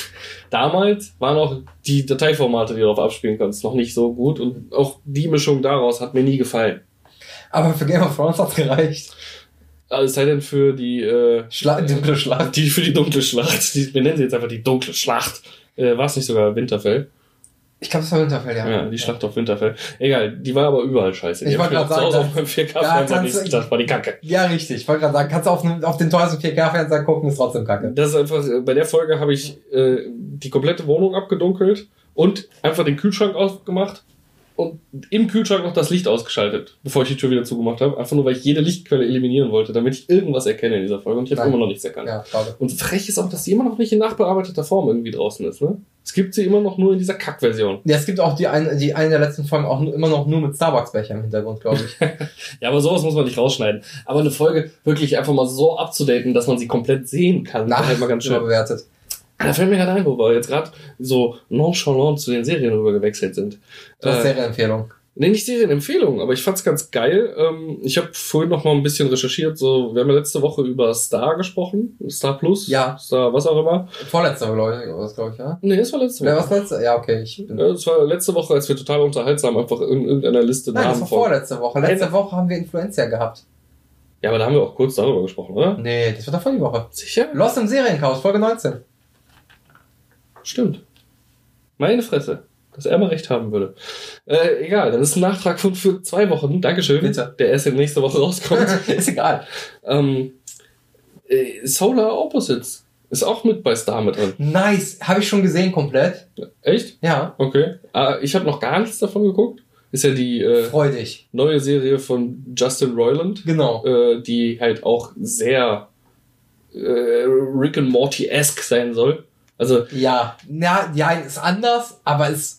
Damals waren auch die Dateiformate, die du darauf abspielen kannst, noch nicht so gut und auch die Mischung daraus hat mir nie gefallen. Aber für Game of Thrones hat's gereicht. Also es sei denn für die dunkle Schlacht. Für die dunkle Schlacht. Wir nennen sie jetzt einfach die dunkle Schlacht. War es nicht sogar Winterfell? Ich glaube, es war Winterfell, ja. Ja, die Schlacht auf Winterfell. Egal, die war aber überall scheiße. Ich wollte gerade sagen, auf meinem 4K-Fernseher, das war die Kacke. Ja, richtig. Ich wollte gerade sagen, kannst du auf den teuersten 4K-Fernseher gucken, ist trotzdem Kacke. Das ist einfach, bei der Folge habe ich die komplette Wohnung abgedunkelt und einfach den Kühlschrank aufgemacht und im Kühlschrank noch das Licht ausgeschaltet, bevor ich die Tür wieder zugemacht habe. Einfach nur, weil ich jede Lichtquelle eliminieren wollte, damit ich irgendwas erkenne in dieser Folge. Und ich habe immer noch nichts erkannt. Ja, schade. Und frech ist auch, dass die immer noch nicht in nachbearbeiteter Form irgendwie draußen ist, ne? Es gibt sie immer noch nur in dieser Kack-Version. Ja, es gibt auch die eine der letzten Folgen auch immer noch nur mit Starbucks-Becher im Hintergrund, glaube ich. Ja, aber sowas muss man nicht rausschneiden. Aber eine Folge wirklich einfach mal so abzudaten, dass man sie komplett sehen kann, ist halt mal ganz schön überbewertet. Da fällt mir gerade ein, wo wir jetzt gerade so nonchalant zu den Serien rüber gewechselt sind. Du hast Serienempfehlung. Nee, nicht Serienempfehlung, aber ich fand's ganz geil. Ich habe vorhin noch mal ein bisschen recherchiert. So, wir haben ja letzte Woche über Star gesprochen. Star Plus. Ja. Star, was auch immer. Vorletzte Woche, glaube ich, ja? Nee, es war letzte Woche. Ja, was letzte? Ja, okay. Es war letzte Woche, als wir total unterhaltsam einfach in irgendeiner Liste Nein, das war vorletzte Woche. Letzte Woche haben wir Influencer gehabt. Ja, aber da haben wir auch kurz darüber gesprochen, oder? Nee, das war davor die Woche. Sicher? Lost im Serienchaos, Folge 19. Stimmt. Meine Fresse. Dass er mal recht haben würde. Egal, dann ist ein Nachtrag für 2 Wochen. Dankeschön. Bitte. Der erst nächste Woche rauskommt. Ist egal. Solar Opposites ist auch mit bei Star mit drin. Nice. Habe ich schon gesehen komplett. Echt? Ja. Okay. Ich habe noch gar nichts davon geguckt. Ist ja die Freudig. Neue Serie von Justin Roiland. Genau. Die halt auch sehr Rick and Morty-esque sein soll. Also ja, ist anders, aber ist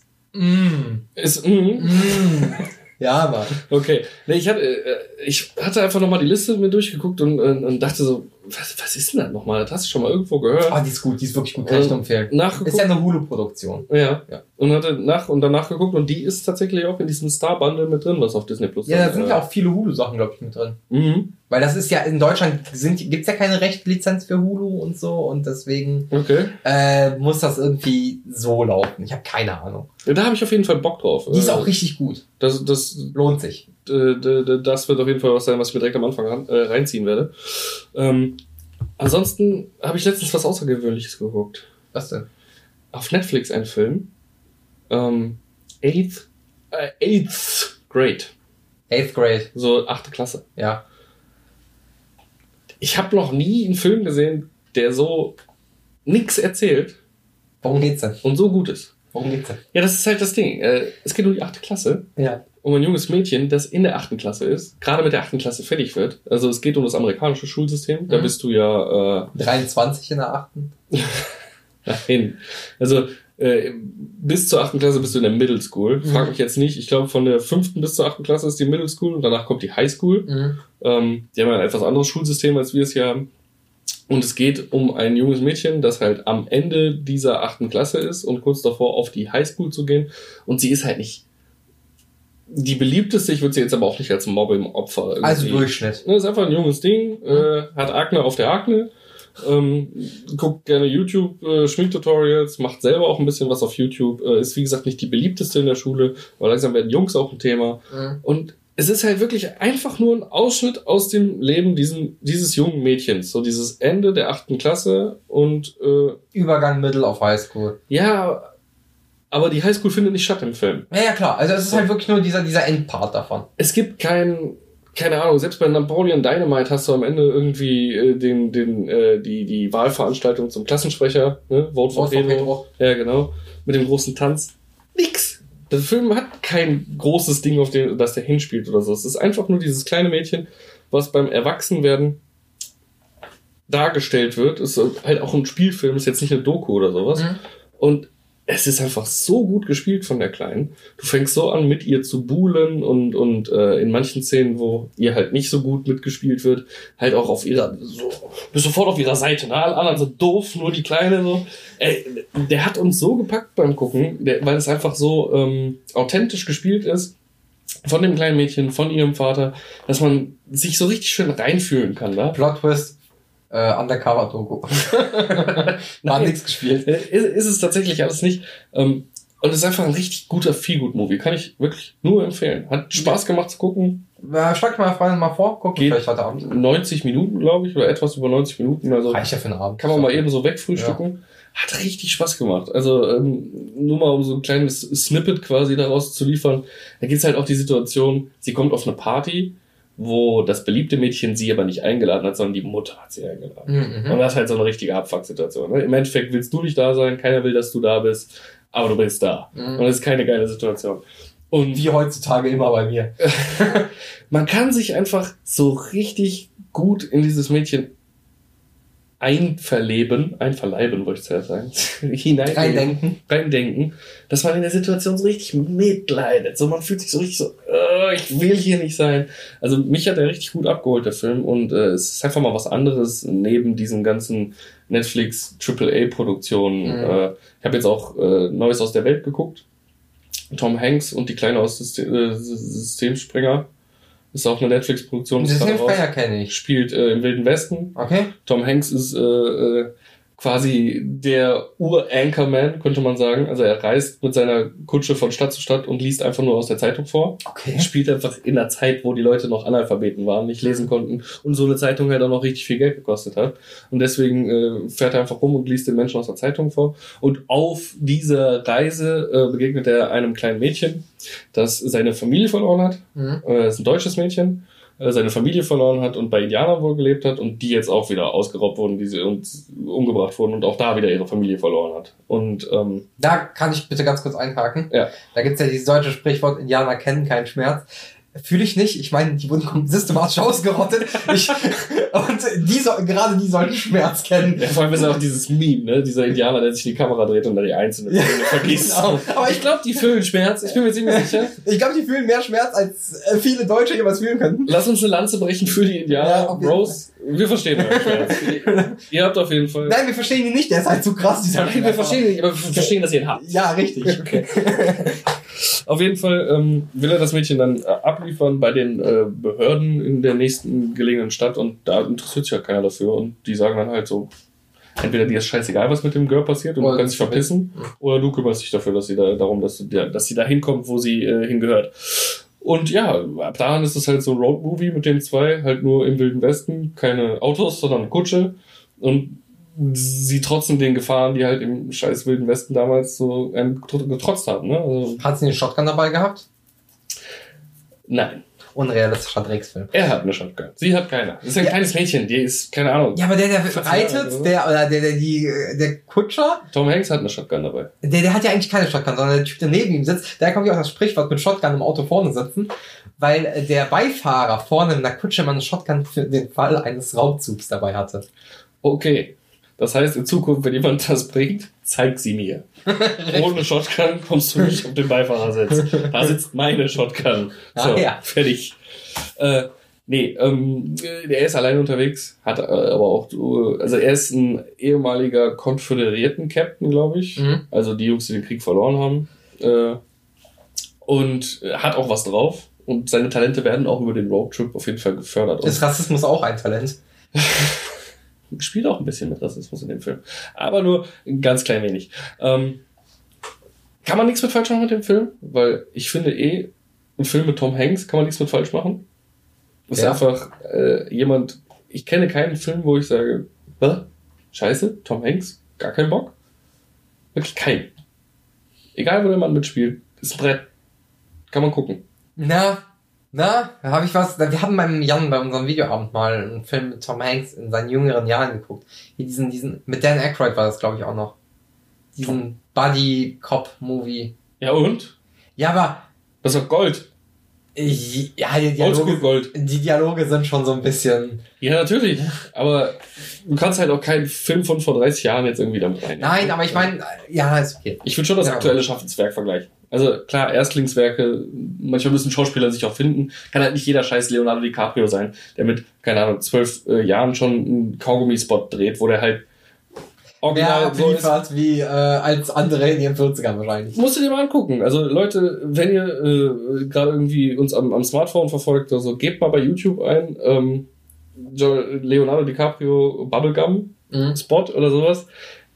ja, Mann. Okay. Nee, ich hatte einfach nochmal die Liste mir durchgeguckt und dachte so, was ist denn das nochmal? Das hast du schon mal irgendwo gehört. Die ist gut, die ist wirklich gut, kann ich nur empfehlen. Ist ja eine Hulu-Produktion. Ja. Und hatte danach geguckt und die ist tatsächlich auch in diesem Star-Bundle mit drin, was auf Disney Plus ist. Ja, da sind ja auch viele Hulu-Sachen, glaube ich, mit drin. Mhm. Weil das ist ja, in Deutschland gibt's ja keine Rechtlizenz für Hulu und so und deswegen muss das irgendwie so laufen. Ich habe keine Ahnung. Ja, da habe ich auf jeden Fall Bock drauf. Die ist auch richtig gut. Das lohnt sich. Das wird auf jeden Fall was sein, was ich mir direkt am Anfang reinziehen werde. Ansonsten habe ich letztens was Außergewöhnliches geguckt. Was denn? Auf Netflix ein Film. Eighth Grade. Eighth Grade. So 8. Klasse. Ja. Ich habe noch nie einen Film gesehen, der so nix erzählt. Worum geht's denn? Und so gut ist. Worum geht's denn? Ja, das ist halt das Ding. Es geht um die 8. Klasse. Ja. Um ein junges Mädchen, das in der 8. Klasse ist, gerade mit der 8. Klasse fertig wird. Also es geht um das amerikanische Schulsystem. Da bist du ja 23 in der 8. Nein. Also bis zur 8. Klasse bist du in der Middle School. Frag mich jetzt nicht. Ich glaube, von der 5. bis zur 8. Klasse ist die Middle School und danach kommt die High School. Die haben ein etwas anderes Schulsystem, als wir es hier haben. Und es geht um ein junges Mädchen, das halt am Ende dieser 8. Klasse ist und kurz davor auf die High School zu gehen. Und sie ist halt nicht die beliebteste, ich würde sie jetzt aber auch nicht als Mobbing-Opfer irgendwie. Also Durchschnitt. Das ist einfach ein junges Ding, hat Akne auf der Akne, guckt gerne YouTube, Schminktutorials, macht selber auch ein bisschen was auf YouTube, ist wie gesagt nicht die beliebteste in der Schule, aber langsam werden Jungs auch ein Thema. Und es ist halt wirklich einfach nur ein Ausschnitt aus dem Leben dieses jungen Mädchens, so dieses Ende der 8. Klasse und Übergang Middle auf High School. Ja, aber die Highschool findet nicht statt im Film. Ja, klar. Also es ist halt wirklich nur dieser Endpart davon. Es gibt keine Ahnung, selbst bei Napoleon Dynamite hast du am Ende irgendwie die Wahlveranstaltung zum Klassensprecher, ne? Vote for Pedro. Ja, genau. Mit dem großen Tanz. Nix. Der Film hat kein großes Ding, auf das der hinspielt oder so. Es ist einfach nur dieses kleine Mädchen, was beim Erwachsenwerden dargestellt wird. Ist halt auch ein Spielfilm, ist jetzt nicht eine Doku oder sowas. Und es ist einfach so gut gespielt von der Kleinen. Du fängst so an, mit ihr zu buhlen und in manchen Szenen, wo ihr halt nicht so gut mitgespielt wird, halt auch auf ihrer, so, bist sofort auf ihrer Seite, ne? Alle anderen sind doof, nur die Kleine so. Der hat uns so gepackt beim Gucken, weil es einfach so authentisch gespielt ist von dem kleinen Mädchen, von ihrem Vater, dass man sich so richtig schön reinfühlen kann, ne? Plot Twist. Undercover-Doku. War nichts gespielt. Ist es tatsächlich alles nicht. Und es ist einfach ein richtig guter Feel-Good-Movie. Kann ich wirklich nur empfehlen. Hat Spaß gemacht zu gucken. Schlag mal Freunde mal vor. Guck vielleicht heute Abend. 90 Minuten, glaube ich, oder etwas über 90 Minuten. Also reicht ja für einen Abend. Kann man mal eben so wegfrühstücken. Ja. Hat richtig Spaß gemacht. Also nur mal um so ein kleines Snippet quasi daraus zu liefern. Da geht's halt auch die Situation, sie kommt auf eine Party, wo das beliebte Mädchen sie aber nicht eingeladen hat, sondern die Mutter hat sie eingeladen. Und das ist halt so eine richtige Abfuck-Situation. Ne? Im Endeffekt willst du nicht da sein, keiner will, dass du da bist, aber du bist da. Und das ist keine geile Situation. Und wie heutzutage immer bei mir. Man kann sich einfach so richtig gut in dieses Mädchen einverleiben, wollte ich zuerst sagen, reindenken, dass man in der Situation so richtig mitleidet. So, man fühlt sich so richtig so, ich will hier nicht sein. Also mich hat er richtig gut abgeholt, der Film, und es ist einfach mal was anderes neben diesen ganzen Netflix AAA-Produktionen. Ich habe jetzt auch Neues aus der Welt geguckt. Tom Hanks und die Kleine aus Systemspringer. Ist auch eine Netflix-Produktion. Systemspringer kenne ich. Spielt im Wilden Westen. Okay. Tom Hanks ist quasi der Ur-Anchorman, könnte man sagen. Also er reist mit seiner Kutsche von Stadt zu Stadt und liest einfach nur aus der Zeitung vor. Okay. Spielt einfach in einer Zeit, wo die Leute noch Analphabeten waren, nicht lesen konnten und so eine Zeitung halt auch noch richtig viel Geld gekostet hat. Und deswegen fährt er einfach rum und liest den Menschen aus der Zeitung vor. Und auf dieser Reise begegnet er einem kleinen Mädchen, das seine Familie verloren hat. Ist ein deutsches Mädchen. Seine Familie verloren hat und bei Indianern wohl gelebt hat und die jetzt auch wieder ausgeraubt wurden, und umgebracht wurden und auch da wieder ihre Familie verloren hat. Und da kann ich bitte ganz kurz einhaken. Ja. Da gibt's ja dieses deutsche Sprichwort, Indianer kennen keinen Schmerz. Fühle ich nicht. Ich meine, die wurden systematisch ausgerottet. Gerade die sollten Schmerz kennen. Ja, vor allem ist ja auch dieses Meme, ne? Dieser Indianer, der sich in die Kamera dreht und dann die einzelnen vergisst. Genau. Aber ich glaube, die fühlen Schmerz. Ich bin mir ziemlich sicher. Ich glaube, die fühlen mehr Schmerz, als viele Deutsche jemals fühlen könnten. Lass uns eine Lanze brechen für die Indianer. Ja, Bros, wir verstehen euren Schmerz. Ihr habt auf jeden Fall... Nein, wir verstehen ihn nicht. Der ist halt zu krass, dieser Nein, wir verstehen ihn nicht, aber wir verstehen, dass ihr ihn habt. Ja, richtig. Okay. Auf jeden Fall will er das Mädchen dann abliefern bei den Behörden in der nächsten gelegenen Stadt und da interessiert sich halt keiner dafür und die sagen dann halt so, entweder dir ist scheißegal, was mit dem Girl passiert und du kannst dich verpissen, oder du kümmerst dich dafür, dass sie da hinkommt, wo sie hingehört. Und ja, ab dahin ist es halt so ein Roadmovie mit den zwei, halt nur im Wilden Westen, keine Autos, sondern eine Kutsche und sie trotzdem den Gefahren, die halt im scheiß Wilden Westen damals so getrotzt haben. Ne? Also, hat sie einen Shotgun dabei gehabt? Nein. Unrealistischer Drecksfilm. Er hat eine Shotgun. Sie hat keine. Das ist ein kleines Mädchen, die ist, keine Ahnung. Ja, aber der reitet, der Kutscher. Tom Hanks hat eine Shotgun dabei. Der hat ja eigentlich keine Shotgun, sondern der Typ, der neben ihm sitzt, da kommt ja auch das Sprichwort mit Shotgun im Auto vorne sitzen, weil der Beifahrer vorne in der Kutsche mal eine Shotgun für den Fall eines Raubzugs dabei hatte. Okay. Das heißt, in Zukunft, wenn jemand das bringt, zeig sie mir. Ohne Shotgun kommst du nicht auf den Beifahrersitz. Da sitzt meine Shotgun. So, fertig. Der ist allein unterwegs, hat aber auch, also er ist ein ehemaliger Konföderierten-Captain, glaube ich. Mhm. Also die Jungs, die den Krieg verloren haben. Und hat auch was drauf. Und seine Talente werden auch über den Roadtrip auf jeden Fall gefördert. Ist Rassismus auch ein Talent? Spielt auch ein bisschen mit Rassismus in dem Film. Aber nur ein ganz klein wenig. Kann man nichts mit falsch machen mit dem Film? Weil ich finde ein Film mit Tom Hanks kann man nichts mit falsch machen. Das ist einfach jemand, ich kenne keinen Film, wo ich sage, scheiße, Tom Hanks, gar keinen Bock. Wirklich keinen. Egal, wo der Mann mitspielt, ist ein Brett. Kann man gucken. Na, da habe ich was. Wir hatten beim Jan bei unserem Videoabend mal einen Film mit Tom Hanks in seinen jüngeren Jahren geguckt. Hier diesen mit Dan Aykroyd war das, glaube ich, auch noch. Diesen Buddy-Cop-Movie. Ja, und? Ja, aber... Das ist doch Gold. Ja, die Dialoge sind schon so ein bisschen... Ja, natürlich. Aber du kannst halt auch keinen Film von vor 30 Jahren jetzt irgendwie damit rein. Nein, aber ich meine, ja, ist okay. Ich würde schon das aktuelle Schaffenswerk vergleichen. Also klar, Erstlingswerke, manchmal müssen Schauspieler sich auch finden. Kann halt nicht jeder scheiß Leonardo DiCaprio sein, der mit, keine Ahnung, 12 Jahren schon einen Kaugummi-Spot dreht, wo der halt original mehr abliefert so wie als andere in ihren 40ern wahrscheinlich. Musst du dir mal angucken. Also Leute, wenn ihr gerade irgendwie uns am Smartphone verfolgt, also gebt mal bei YouTube ein Leonardo DiCaprio Bubblegum Spot oder sowas.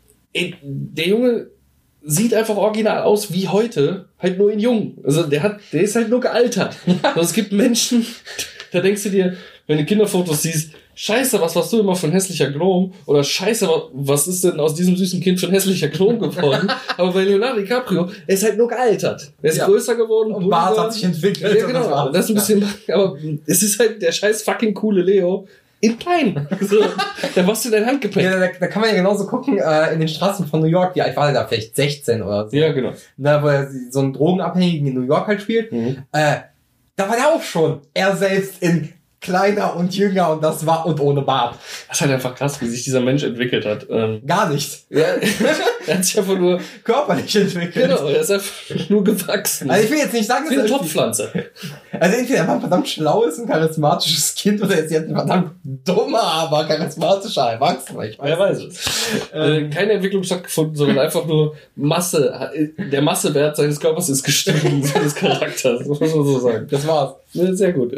Der Junge sieht einfach original aus wie heute, halt nur in jung. Also der ist halt nur gealtert. Also es gibt Menschen, da denkst du dir, wenn du Kinderfotos siehst, scheiße, was warst du immer für ein hässlicher Gnom? Oder scheiße, was ist denn aus diesem süßen Kind für ein hässlicher Gnom geworden? Aber bei Leonardo DiCaprio, er ist halt nur gealtert. Er ist größer geworden. Und Bart hat sich entwickelt. Ja, genau. Das ist ein bisschen, aber es ist halt der scheiß fucking coole Leo. In klein. So, da machst du dein Handgepäck. Ja, da kann man ja genauso gucken, in den Straßen von New York, wie alt war der da? Vielleicht 16 oder so. Ja, genau. Wo er so einen Drogenabhängigen in New York halt spielt. Mhm. Da war der auch schon. Er selbst in kleiner und jünger und ohne Bart. Das ist halt einfach krass, wie sich dieser Mensch entwickelt hat. Gar nicht. Ja, er hat sich einfach nur körperlich entwickelt. Genau, er ist einfach nur gewachsen. Also ich will jetzt nicht sagen, dass er eine Topfpflanze. Also entweder er war ein verdammt schlaues und charismatisches Kind oder er ist jetzt ein verdammt dummer, aber charismatischer Erwachsener. Wer weiß es. Keine Entwicklung stattgefunden, sondern einfach nur Masse. Der Massewert seines Körpers ist gestiegen, seines Charakters. Das muss man so sagen. Das war's. Sehr gut.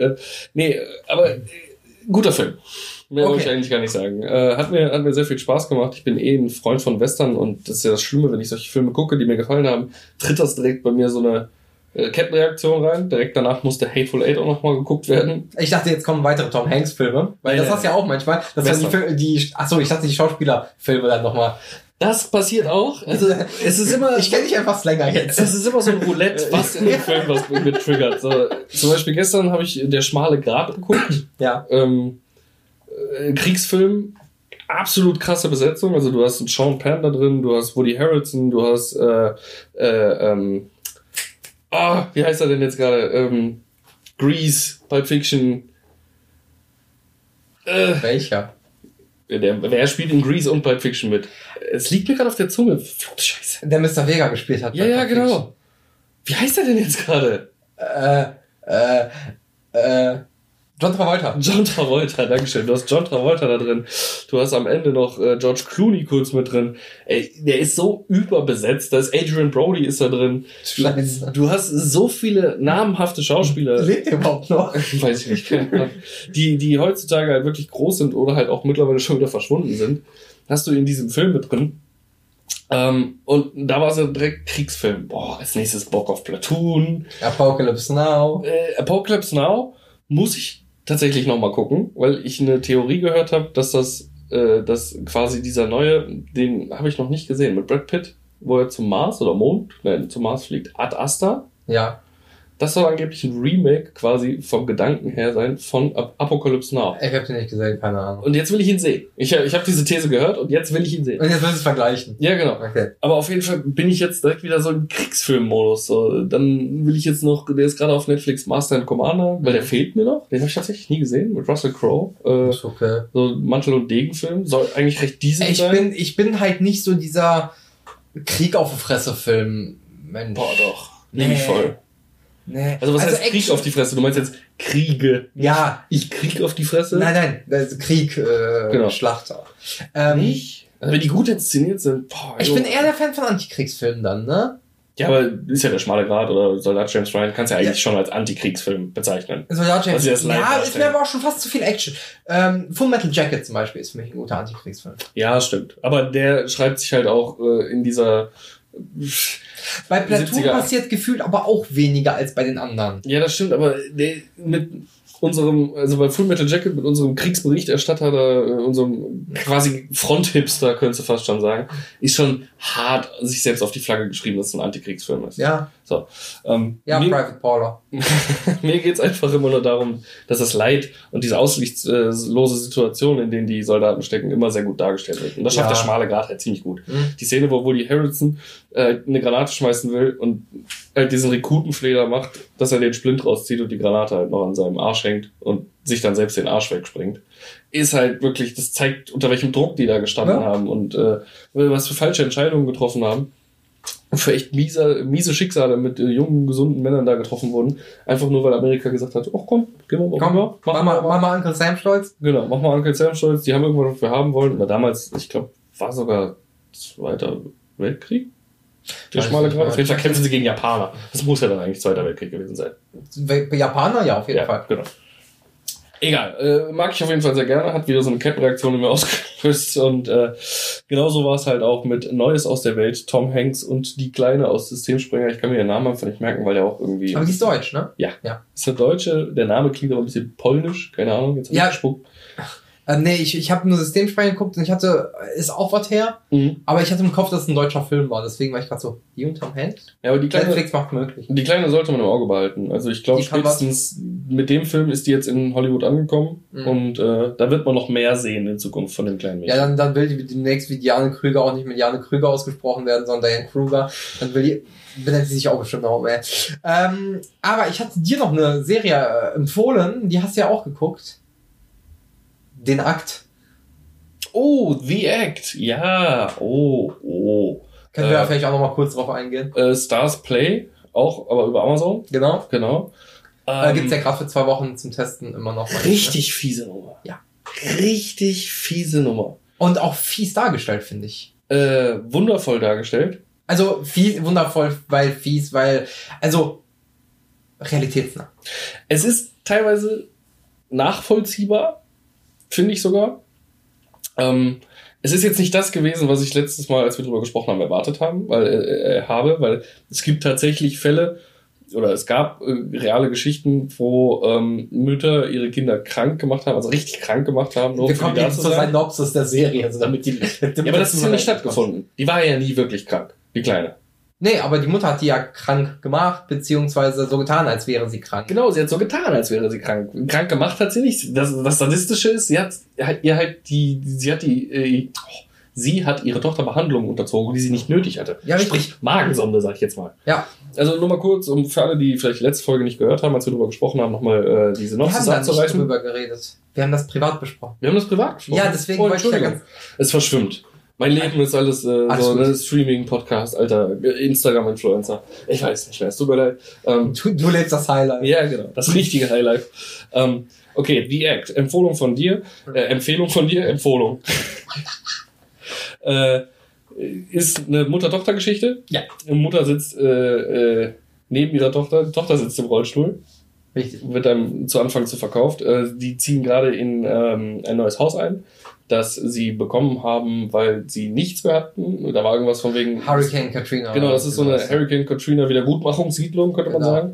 Aber guter Film. Mehr wollte ich eigentlich gar nicht sagen. Hat mir sehr viel Spaß gemacht. Ich bin ein Freund von Western und das ist ja das Schlimme, wenn ich solche Filme gucke, die mir gefallen haben, tritt das direkt bei mir so eine Kettenreaktion rein. Direkt danach musste Hateful Eight auch nochmal geguckt werden. Ich dachte, jetzt kommen weitere Tom Hanks Filme, weil das hast du ja auch manchmal. Das dann ich dachte, die Schauspielerfilme dann nochmal. Das passiert auch. Also es ist immer. Ich kenne dich einfach länger jetzt. Es ist immer so ein Roulette, was in dem Film was mit triggert. So, zum Beispiel gestern habe ich Der schmale Grat geguckt. Ja. Kriegsfilm, absolut krasse Besetzung. Also du hast einen Sean Penn da drin, du hast Woody Harrelson, du hast wie heißt er denn jetzt gerade? Grease, Pulp Fiction. Welcher? Wer spielt in Grease und Pulp Fiction mit? Es liegt mir gerade auf der Zunge. Scheiße. Der Mr. Vega gespielt hat. Ja, genau. Wie heißt der denn jetzt gerade? John Travolta. John Travolta, dankeschön. Du hast John Travolta da drin. Du hast am Ende noch George Clooney kurz mit drin. Ey, der ist so überbesetzt. Da ist Adrian Brody ist da drin. Scheiße. Du hast so viele namhafte Schauspieler. Lebt der überhaupt noch? Weiß ich nicht. Keine Ahnung. Die heutzutage halt wirklich groß sind oder halt auch mittlerweile schon wieder verschwunden sind. Hast du in diesem Film mit drin. Und da war es ja direkt Kriegsfilm. Boah, als nächstes Bock auf Platoon. Apocalypse Now. Apocalypse Now muss ich tatsächlich nochmal gucken, weil ich eine Theorie gehört habe, dass dass quasi dieser neue, den habe ich noch nicht gesehen, mit Brad Pitt, wo er zum Mars oder Mond, zum Mars fliegt, Ad Astra. Ja. Das soll angeblich ein Remake quasi vom Gedanken her sein von Apocalypse Now. Ich habe den nicht gesehen, keine Ahnung. Und jetzt will ich ihn sehen. Ich hab diese These gehört und jetzt will ich ihn sehen. Und jetzt willst du es vergleichen. Ja, genau. Okay. Aber auf jeden Fall bin ich jetzt direkt wieder so im Kriegsfilm-Modus. So, dann will ich jetzt noch, der ist gerade auf Netflix, Master and Commander, weil der fehlt mir noch. Den habe ich tatsächlich nie gesehen, mit Russell Crowe. Ist okay. So Mantel- und Degen-Film. Soll eigentlich recht decent sein. Ich bin halt nicht so dieser Krieg auf die Fresse-Film. Mensch. Boah, doch. Lieb ich voll. Nee. Also was heißt Krieg auf die Fresse? Du meinst jetzt Kriege. Ja. Ich Krieg auf die Fresse? Nein, das ist Krieg, genau. Schlachter. Nicht? Also wenn die gut inszeniert sind, boah. Ich bin eher der Fan von Antikriegsfilmen dann, ne? Ja, aber ist ja der schmale Grat oder Soldat James Ryan, kannst ja eigentlich schon als Antikriegsfilm bezeichnen. Soldat James Ryan. Ja, ist mir aber auch schon fast zu viel Action. Full Metal Jacket zum Beispiel ist für mich ein guter Antikriegsfilm. Ja, stimmt. Aber der schreibt sich halt auch in dieser bei Platoon passiert gefühlt aber auch weniger als bei den anderen. Ja, das stimmt, aber mit unserem, also bei Full Metal Jacket, mit unserem Kriegsberichterstatter, unserem quasi Fronthipster, könntest du fast schon sagen, ist schon hart sich selbst auf die Flagge geschrieben, dass es ein Antikriegsfilm ist. Ja. So. Private Paula. Mir geht's einfach immer nur darum, dass das Leid und diese aussichtslose Situation, in denen die Soldaten stecken, immer sehr gut dargestellt wird. Und das schafft der schmale Grat halt ziemlich gut. Die Szene, wo Woody Harrelson eine Granate schmeißen will und halt diesen Rekrutenfleder macht, dass er den Splint rauszieht und die Granate halt noch an seinem Arsch hängt und sich dann selbst den Arsch wegspringt, ist halt wirklich, das zeigt, unter welchem Druck die da gestanden haben und was für falsche Entscheidungen getroffen haben. Und für echt miese Schicksale mit jungen, gesunden Männern da getroffen wurden. Einfach nur, weil Amerika gesagt hat, oh komm, gehen wir mal rüber. Mach mal Uncle Sam stolz. Genau, mach mal Uncle Sam stolz. Die haben irgendwas, was wir haben wollen. Aber damals, ich glaube, war sogar Zweiter Weltkrieg. Der schmale Grat. Auf jeden Fall kämpfen sie gegen Japaner. Das muss ja dann eigentlich Zweiter Weltkrieg gewesen sein. Japaner? Ja, auf jeden Fall. Genau. Egal, mag ich auf jeden Fall sehr gerne, hat wieder so eine Kettenreaktion in mir ausgelöst und genauso war es halt auch mit Neues aus der Welt, Tom Hanks und die Kleine aus Systemsprenger, ich kann mir ihren Namen einfach nicht merken, weil der auch irgendwie... Aber die ist deutsch, ne? Ja. Ist eine Deutsche, der Name klingt aber ein bisschen polnisch, keine Ahnung, jetzt hab ich gespuckt. Nee, ich habe nur Systemsprecher geguckt und ist auch was her, aber ich hatte im Kopf, dass es ein deutscher Film war, deswegen war ich gerade so, die und Tom Hanks? Ja, aber die Kleine, Netflix macht möglich. Die Kleine sollte man im Auge behalten, also ich glaube spätestens mit dem Film ist die jetzt in Hollywood angekommen und da wird man noch mehr sehen in Zukunft von dem kleinen Mädchen. Ja, dann will die demnächst wie Diane Krüger auch nicht mit Diane Krüger ausgesprochen werden, sondern Diane Kruger, dann benennt sie sich auch bestimmt noch mehr. Aber ich hatte dir noch eine Serie empfohlen, die hast du ja auch geguckt. Den Akt. Oh, The Act. Ja. Oh. Können wir da vielleicht auch noch mal kurz drauf eingehen? Stars Play, auch, aber über Amazon. Genau. Gibt's ja gerade für 2 Wochen zum Testen immer noch. Richtig fiese Nummer. Ja. Richtig fiese Nummer. Und auch fies dargestellt, finde ich. Wundervoll dargestellt. Also wundervoll, weil also realitätsnah. Es ist teilweise nachvollziehbar, finde ich sogar. Es ist jetzt nicht das gewesen, was ich letztes Mal, als wir drüber gesprochen haben, erwartet haben, weil es gibt tatsächlich Fälle, oder es gab reale Geschichten, wo Mütter ihre Kinder krank gemacht haben, also richtig krank gemacht haben. Wir kommen jetzt zur Synopsis der Serie, also damit die... Ja, aber das ist ja nicht stattgefunden. Die war ja nie wirklich krank, die Kleine. Nee, aber die Mutter hat die ja krank gemacht, beziehungsweise so getan, als wäre sie krank. Genau, sie hat so getan, als wäre sie krank. Krank gemacht hat sie nicht. Das Sadistische ist, sie hat sie hat ihre Tochter Behandlungen unterzogen, die sie nicht nötig hatte. Ja, sprich Magensonde, sag ich jetzt mal. Ja. Also nur mal kurz, um für alle, die vielleicht die letzte Folge nicht gehört haben, als wir darüber gesprochen haben, nochmal diese Synopsis abzureißen. Wir haben da nicht drüber geredet. Wir haben das privat besprochen. Wir haben das privat besprochen? Ja, deswegen wollte ich ja ganz... Es verschwimmt. Mein Leben ist alles so ein Streaming-Podcast, alter Instagram-Influencer. Ich weiß nicht mehr, es tut mir leid. Du lebst das Highlight. Ja, genau, das richtige Highlight. Okay, The Act, Empfehlung von dir, Empfehlung. Ist eine Mutter-Tochter-Geschichte. Ja. Die Mutter sitzt neben ihrer Tochter, die Tochter sitzt im Rollstuhl. Richtig. Wird dann zu Anfang so verkauft. Die ziehen gerade in ein neues Haus ein, das sie bekommen haben, weil sie nichts mehr hatten. Da war irgendwas von wegen... Hurricane Katrina. Genau, das ist so eine Hurricane Katrina Wiedergutmachungssiedlung, könnte man sagen.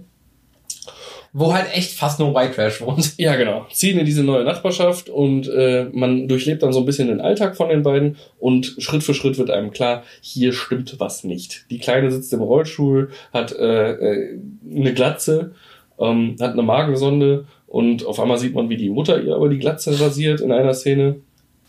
Wo halt echt fast nur White Trash wohnt. Ja, genau. Ziehen in diese neue Nachbarschaft und man durchlebt dann so ein bisschen den Alltag von den beiden und Schritt für Schritt wird einem klar, hier stimmt was nicht. Die Kleine sitzt im Rollstuhl, hat eine Glatze, hat eine Magensonde und auf einmal sieht man, wie die Mutter ihr aber die Glatze rasiert in einer Szene.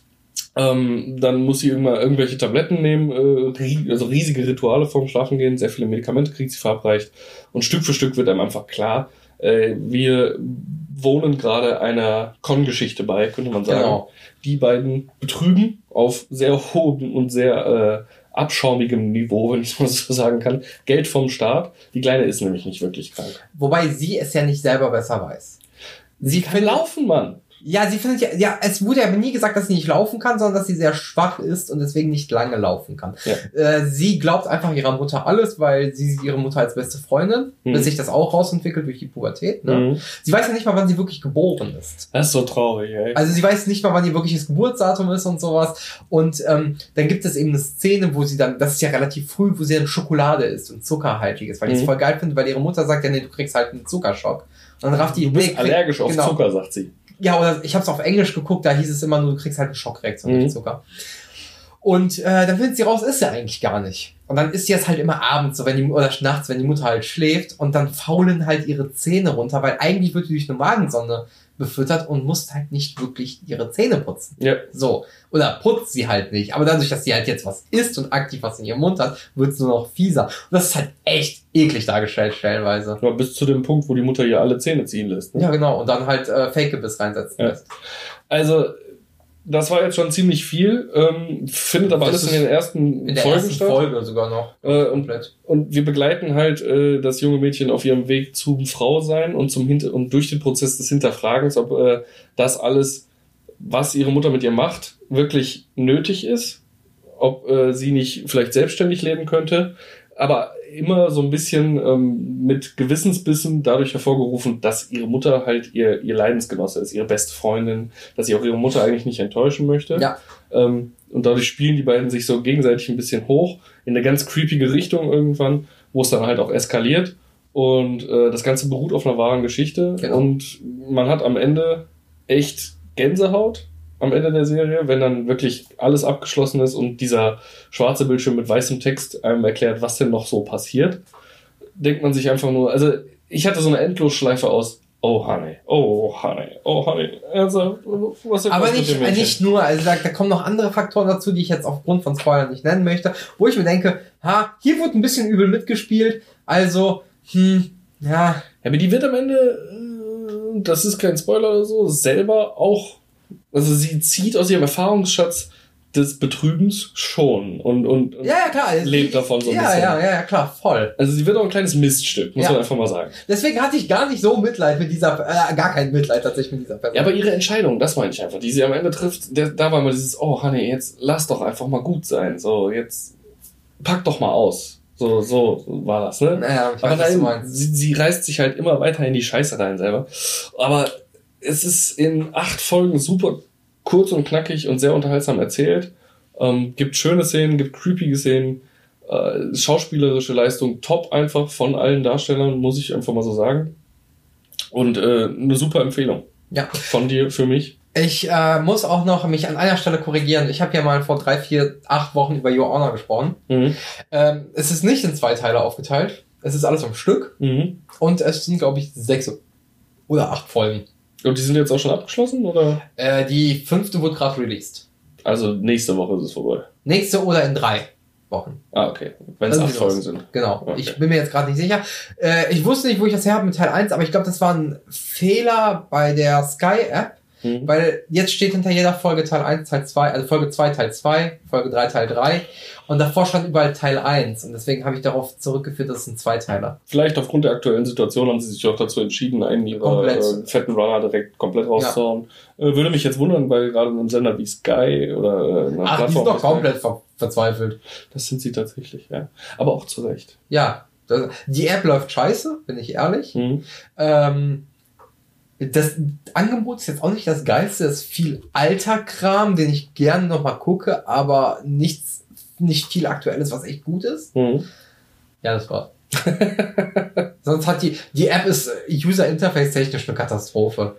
Dann muss sie irgendwelche Tabletten nehmen, also riesige Rituale vorm Schlafengehen, sehr viele Medikamente kriegt sie verabreicht und Stück für Stück wird einem einfach klar, wir wohnen gerade einer Con-Geschichte bei, könnte man sagen. Genau. Die beiden betrügen auf sehr hohem und sehr abschaumigem Niveau, wenn ich mal so sagen kann. Geld vom Staat. Die Kleine ist nämlich nicht wirklich krank. Wobei sie es ja nicht selber besser weiß. Sie kann laufen, Mann. Ja, sie findet es wurde ja nie gesagt, dass sie nicht laufen kann, sondern dass sie sehr schwach ist und deswegen nicht lange laufen kann. Ja. Sie glaubt einfach ihrer Mutter alles, weil sie sieht ihre Mutter als beste Freundin, bis sich das auch rausentwickelt durch die Pubertät. Ne? Sie weiß ja nicht mal, wann sie wirklich geboren ist. Das ist so traurig, ey. Also sie weiß nicht mal, wann ihr wirkliches Geburtsdatum ist und sowas. Und dann gibt es eben eine Szene, wo sie dann, das ist ja relativ früh, wo sie dann Schokolade isst und zuckerhaltig ist, weil die es voll geil findet, weil ihre Mutter sagt, ja nee, du kriegst halt einen Zuckerschock. Und dann rafft die... Du bist allergisch auf Zucker, sagt sie. Ja, oder ich habe es auf Englisch geguckt, da hieß es immer nur, du kriegst halt eine Schockreaktion durch Zucker. Und dann findet sie raus, ist sie eigentlich gar nicht. Und dann isst sie es halt immer abends, so oder nachts, wenn die Mutter halt schläft und dann faulen halt ihre Zähne runter, weil eigentlich wird die durch eine Magensonde befüttert und muss halt nicht wirklich ihre Zähne putzen. Ja. So. Oder putzt sie halt nicht. Aber dadurch, dass sie halt jetzt was isst und aktiv was in ihrem Mund hat, wird es nur noch fieser. Und das ist halt echt eklig dargestellt, stellenweise. Ja, bis zu dem Punkt, wo die Mutter ihr alle Zähne ziehen lässt. Ne? Ja, genau. Und dann halt Fake-Gebiss reinsetzen lässt. Also, das war jetzt schon ziemlich viel. Findet aber alles in den ersten Folgen statt. Folge sogar noch. Komplett. Und wir begleiten halt das junge Mädchen auf ihrem Weg zum Frausein und und durch den Prozess des Hinterfragens, ob das alles, was ihre Mutter mit ihr macht, wirklich nötig ist. Ob sie nicht vielleicht selbstständig leben könnte. Aber immer so ein bisschen mit Gewissensbissen dadurch hervorgerufen, dass ihre Mutter halt ihr Leidensgenosse ist, ihre beste Freundin, dass sie auch ihre Mutter eigentlich nicht enttäuschen möchte. Ja. Und dadurch spielen die beiden sich so gegenseitig ein bisschen hoch in eine ganz creepige Richtung irgendwann, wo es dann halt auch eskaliert. Und das Ganze beruht auf einer wahren Geschichte. Genau. Und man hat am Ende echt Gänsehaut. Am Ende der Serie, wenn dann wirklich alles abgeschlossen ist und dieser schwarze Bildschirm mit weißem Text einem erklärt, was denn noch so passiert, denkt man sich einfach nur, also ich hatte so eine Endlosschleife aus oh honey, oh honey, oh honey. Also, was aber nicht nur, also da kommen noch andere Faktoren dazu, die ich jetzt aufgrund von Spoilern nicht nennen möchte, wo ich mir denke, hier wurde ein bisschen übel mitgespielt, also, ja. Aber die wird am Ende, das ist kein Spoiler oder so, selber auch. Also sie zieht aus ihrem Erfahrungsschatz des Betrügens schon und ja, klar. Lebt davon so ein bisschen. Ja, klar, voll. Also sie wird auch ein kleines Miststück, muss man einfach mal sagen. Deswegen hatte ich gar nicht so Mitleid mit dieser, gar kein Mitleid tatsächlich mit dieser Person. Ja, aber ihre Entscheidung, das meine ich einfach, die sie am Ende trifft, da war mal dieses, oh Honey, jetzt lass doch einfach mal gut sein, so, jetzt pack doch mal aus. So war das, ne? Naja, ich weiß, was du meinst. Sie reißt sich halt immer weiter in die Scheiße rein selber. Aber es ist in 8 Folgen super kurz und knackig und sehr unterhaltsam erzählt. Gibt schöne Szenen, gibt creepige Szenen. Schauspielerische Leistung top einfach von allen Darstellern, muss ich einfach mal so sagen. Und eine super Empfehlung. Ja. Von dir, für mich. Ich muss auch noch mich an einer Stelle korrigieren. Ich habe ja mal vor 3, 4, 8 Wochen über Your Honor gesprochen. Mhm. Es ist nicht in 2 Teile aufgeteilt. Es ist alles am Stück. Mhm. Und es sind, glaube ich, 6 oder 8 Folgen. Und die sind jetzt auch schon abgeschlossen, oder? Die 5. wurde gerade released. Also nächste Woche ist es vorbei. Nächste oder in 3 Wochen. Ah, okay. Wenn es 8 Folgen sind. Genau. Okay. Ich bin mir jetzt gerade nicht sicher. Ich wusste nicht, wo ich das her habe mit Teil 1, aber ich glaube, das war ein Fehler bei der Sky-App. Weil jetzt steht hinter jeder Folge Teil 1, Teil 2, also Folge 2, Teil 2, Folge 3, Teil 3 und davor stand überall Teil 1 und deswegen habe ich darauf zurückgeführt, dass es ein Zweiteiler. Vielleicht aufgrund der aktuellen Situation haben sie sich auch dazu entschieden, einen ihrer fetten Runner direkt komplett rauszuhauen. Ja. Würde mich jetzt wundern, weil gerade einem Sender wie Sky oder einer Plattform... die sind doch komplett verzweifelt. Das sind sie tatsächlich, ja. Aber auch zu Recht. Ja, die App läuft scheiße, bin ich ehrlich. Das Angebot ist jetzt auch nicht das Geilste, es ist viel alter Kram, den ich gerne nochmal gucke, aber nicht viel Aktuelles, was echt gut ist. Ja, das war's. Sonst hat die App ist User-Interface technisch eine Katastrophe.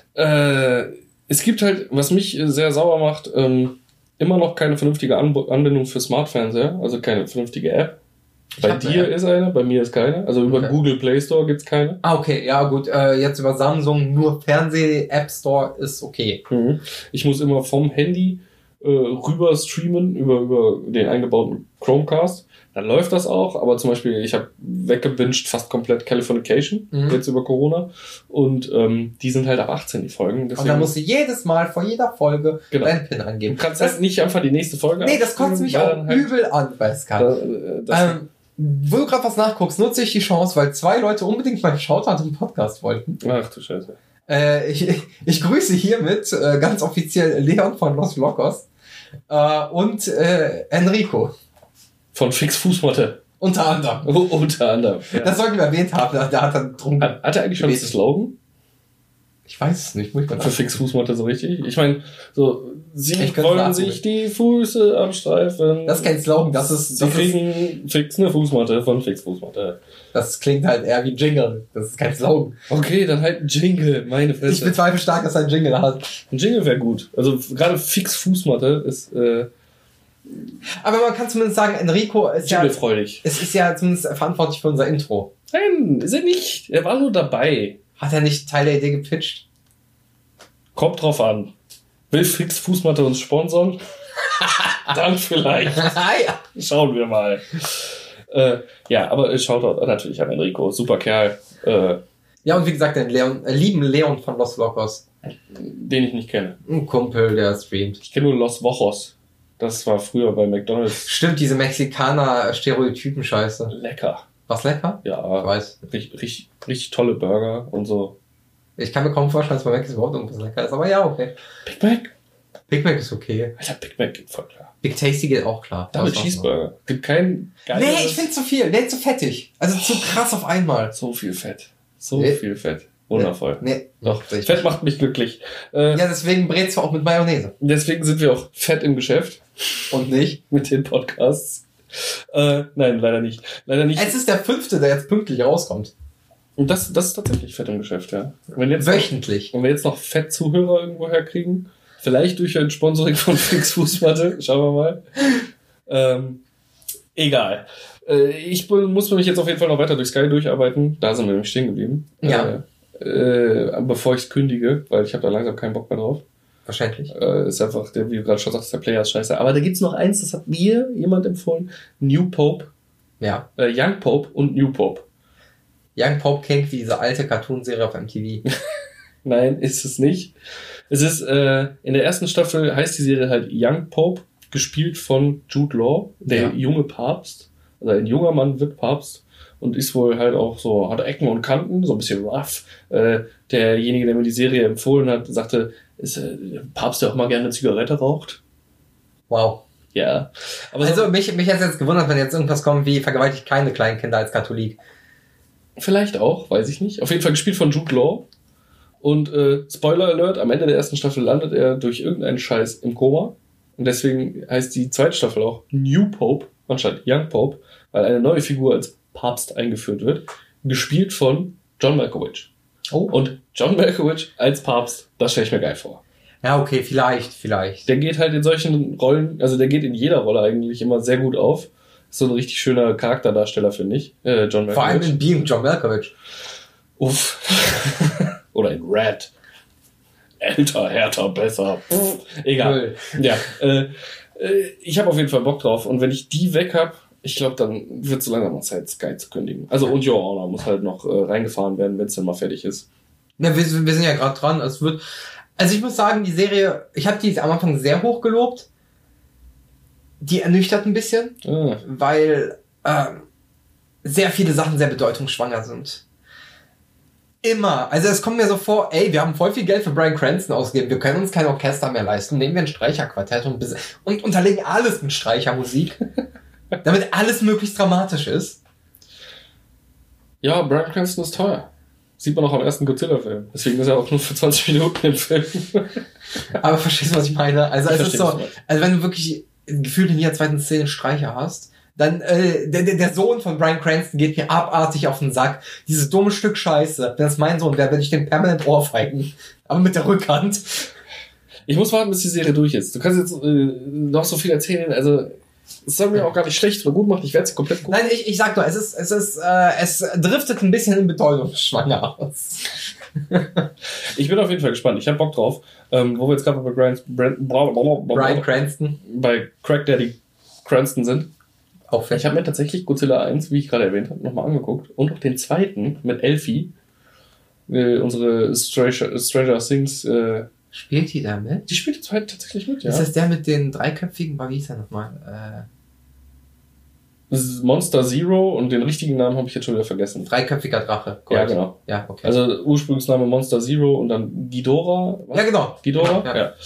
Es gibt halt, was mich sehr sauer macht, immer noch keine vernünftige Anbindung für Smart-Fernseher, also keine vernünftige App. Bei dir ist eine, bei mir ist keine. Also über Google Play Store gibt's keine. Ah, okay. Ja, gut. Jetzt über Samsung nur Fernseh-App Store ist okay. Ich muss immer vom Handy rüber streamen über den eingebauten Chromecast. Dann läuft das auch. Aber zum Beispiel, ich habe weggebinged fast komplett Californication jetzt über Corona. Und die sind halt ab 18, die Folgen. Deswegen, und dann musst du jedes Mal vor jeder Folge deinen PIN angeben. Du kannst halt nicht einfach die nächste Folge Nee, das kotzt mich auch halt übel an bei Sky. Wo du gerade was nachguckst, nutze ich die Chance, weil 2 Leute unbedingt meinen Shoutout im Podcast wollten. Ach du Scheiße. Ich grüße hiermit ganz offiziell Leon von Los Locos und Enrico. Von Fix Fußmatte. Unter anderem. Unter anderem. Ja. Das sollten wir erwähnt haben. Da hat er drum. Hat er eigentlich schon das Slogan? Ich weiß es nicht. Für Fix Fußmatte so richtig? Ich meine, so, sie wollen sich die Füße abstreifen. Das ist kein Slogan, sie kriegen Fix eine Fußmatte von Fix Fußmatte. Das klingt halt eher wie Jingle. Das ist kein Slogan. Okay, dann halt ein Jingle, meine Fresse. Ich bezweifle stark, dass er ein Jingle hat. Ein Jingle wäre gut. Also gerade Fix Fußmatte ist... Aber man kann zumindest sagen, Enrico ist Jingle-freudig. Es ist ja zumindest verantwortlich für unser Intro. Nein, ist er nicht. Er war nur dabei. Hat er nicht Teil der Idee gepitcht? Kommt drauf an. Will Fix Fußmatte uns sponsern? Dann vielleicht. Schauen wir mal. Ja, aber Shoutout natürlich an Enrico. Super Kerl. Ja, und wie gesagt, den lieben Leon von Los Locos. Den ich nicht kenne. Ein Kumpel, der streamt. Ich kenne nur Los Wochos. Das war früher bei McDonald's. Stimmt, diese Mexikaner-Stereotypen-Scheiße. Lecker. Was lecker? Ja. Ich weiß. Richtig tolle Burger und so. Ich kann mir kaum vorstellen, dass bei Mac überhaupt irgendwas lecker ist, aber ja, okay. Big Mac? Big Mac ist okay. Alter, Big Mac geht voll klar. Big Tasty geht auch klar. Double Cheeseburger. Gibt keinen geiles... Nee, ich finde zu viel. Nee, zu fettig. Also zu krass auf einmal. So viel Fett. Viel Fett. Wundervoll. Nee. Doch, Fett macht mich glücklich. Ja, deswegen brätst du auch mit Mayonnaise. Deswegen sind wir auch fett im Geschäft. Und nicht? Mit den Podcasts. Nein, leider nicht. Es ist der 5., der jetzt pünktlich rauskommt. Und das ist tatsächlich fett im Geschäft, ja. Wöchentlich. Wenn wir jetzt noch Fett-Zuhörer irgendwo herkriegen, vielleicht durch ein Sponsoring von Fix Fußmatte, schauen wir mal. Egal. Ich muss mich jetzt auf jeden Fall noch weiter durch Sky durcharbeiten. Da sind wir nämlich stehen geblieben. Ja. Bevor ich es kündige, weil ich habe da langsam keinen Bock mehr drauf. Wahrscheinlich. Ist einfach, wie du gerade schon sagst, der Player ist scheiße. Aber da gibt's noch eins, das hat mir jemand empfohlen. New Pope. Ja. Young Pope und New Pope. Young Pope klingt wie diese alte Cartoonserie auf MTV. Nein, ist es nicht. Es ist, in der ersten Staffel heißt die Serie halt Young Pope, gespielt von Jude Law, der junge Papst. Also ein junger Mann wird Papst und ist wohl halt auch so, hat Ecken und Kanten, so ein bisschen rough. Derjenige, der mir die Serie empfohlen hat, sagte, ist Papst, der auch mal gerne eine Zigarette raucht. Wow. Ja. Aber also mich hat es jetzt gewundert, wenn jetzt irgendwas kommt wie vergewaltigt keine Kleinkinder als Katholik. Vielleicht auch, weiß ich nicht. Auf jeden Fall gespielt von Jude Law. Und Spoiler Alert, am Ende der ersten Staffel landet er durch irgendeinen Scheiß im Koma. Und deswegen heißt die zweite Staffel auch New Pope, anstatt Young Pope, weil eine neue Figur als Papst eingeführt wird. Gespielt von John Malkovich. Oh. Und John Malkovich als Papst, das stelle ich mir geil vor. Ja, okay, vielleicht. Der geht halt in solchen Rollen, also der geht in jeder Rolle eigentlich immer sehr gut auf. Ist so ein richtig schöner Charakterdarsteller, finde ich. John Malkovich. Vor allem in Being John Malkovich. Uff. Oder in Red. Älter, härter, besser. Egal. Cool. Ja. Ich habe auf jeden Fall Bock drauf. Und wenn ich die weg hab, ich glaube, dann wird es so langsam mal Zeit, Sky zu kündigen. Also und Your Honor muss halt noch reingefahren werden, wenn es dann mal fertig ist. Ja, wir sind ja gerade dran. Also ich muss sagen, die Serie, ich habe die am Anfang sehr hoch gelobt. Die ernüchtert ein bisschen, weil sehr viele Sachen sehr bedeutungsschwanger sind. Immer. Also es kommt mir so vor, wir haben voll viel Geld für Bryan Cranston ausgegeben, wir können uns kein Orchester mehr leisten, nehmen wir ein Streicherquartett und unterlegen alles mit Streichermusik, damit alles möglichst dramatisch ist. Ja, Bryan Cranston ist teuer. Sieht man auch am ersten Godzilla-Film. Deswegen ist er auch nur für 20 Minuten im Film. Aber verstehst du, was ich meine? Also es ist so, also wenn du wirklich gefühlt in jeder zweiten Szene Streicher hast, dann der Sohn von Bryan Cranston geht mir abartig auf den Sack. Dieses dumme Stück Scheiße. Wenn das mein Sohn wäre, würde ich den permanent ohrfeigen. Aber mit der Rückhand. Ich muss warten, bis die Serie durch ist. Du kannst jetzt noch so viel erzählen. Also es soll mir auch gar nicht schlecht oder gut machen. Ich werde sie komplett gucken. Nein, ich sag nur, es driftet ein bisschen in bedeutungsschwanger aus. Ich bin auf jeden Fall gespannt. Ich habe Bock drauf. Wo wir jetzt gerade bei Bryan Cranston. Bei Crack Daddy Cranston sind. Auch ich habe mir tatsächlich Godzilla 1, wie ich gerade erwähnt habe, nochmal angeguckt. Und auch den zweiten mit Elfie. Unsere Stranger Things. Spielt die da mit? Die spielt jetzt tatsächlich mit, ja. Ist das der mit den dreiköpfigen, wie hieß er nochmal? Das ist Monster Zero und den richtigen Namen habe ich jetzt schon wieder vergessen. Dreiköpfiger Drache. Gold. Ja, genau. Ja, okay. Also Ursprungsname Monster Zero und dann Ghidorah. Was? Ja, genau. Ghidorah? Ja.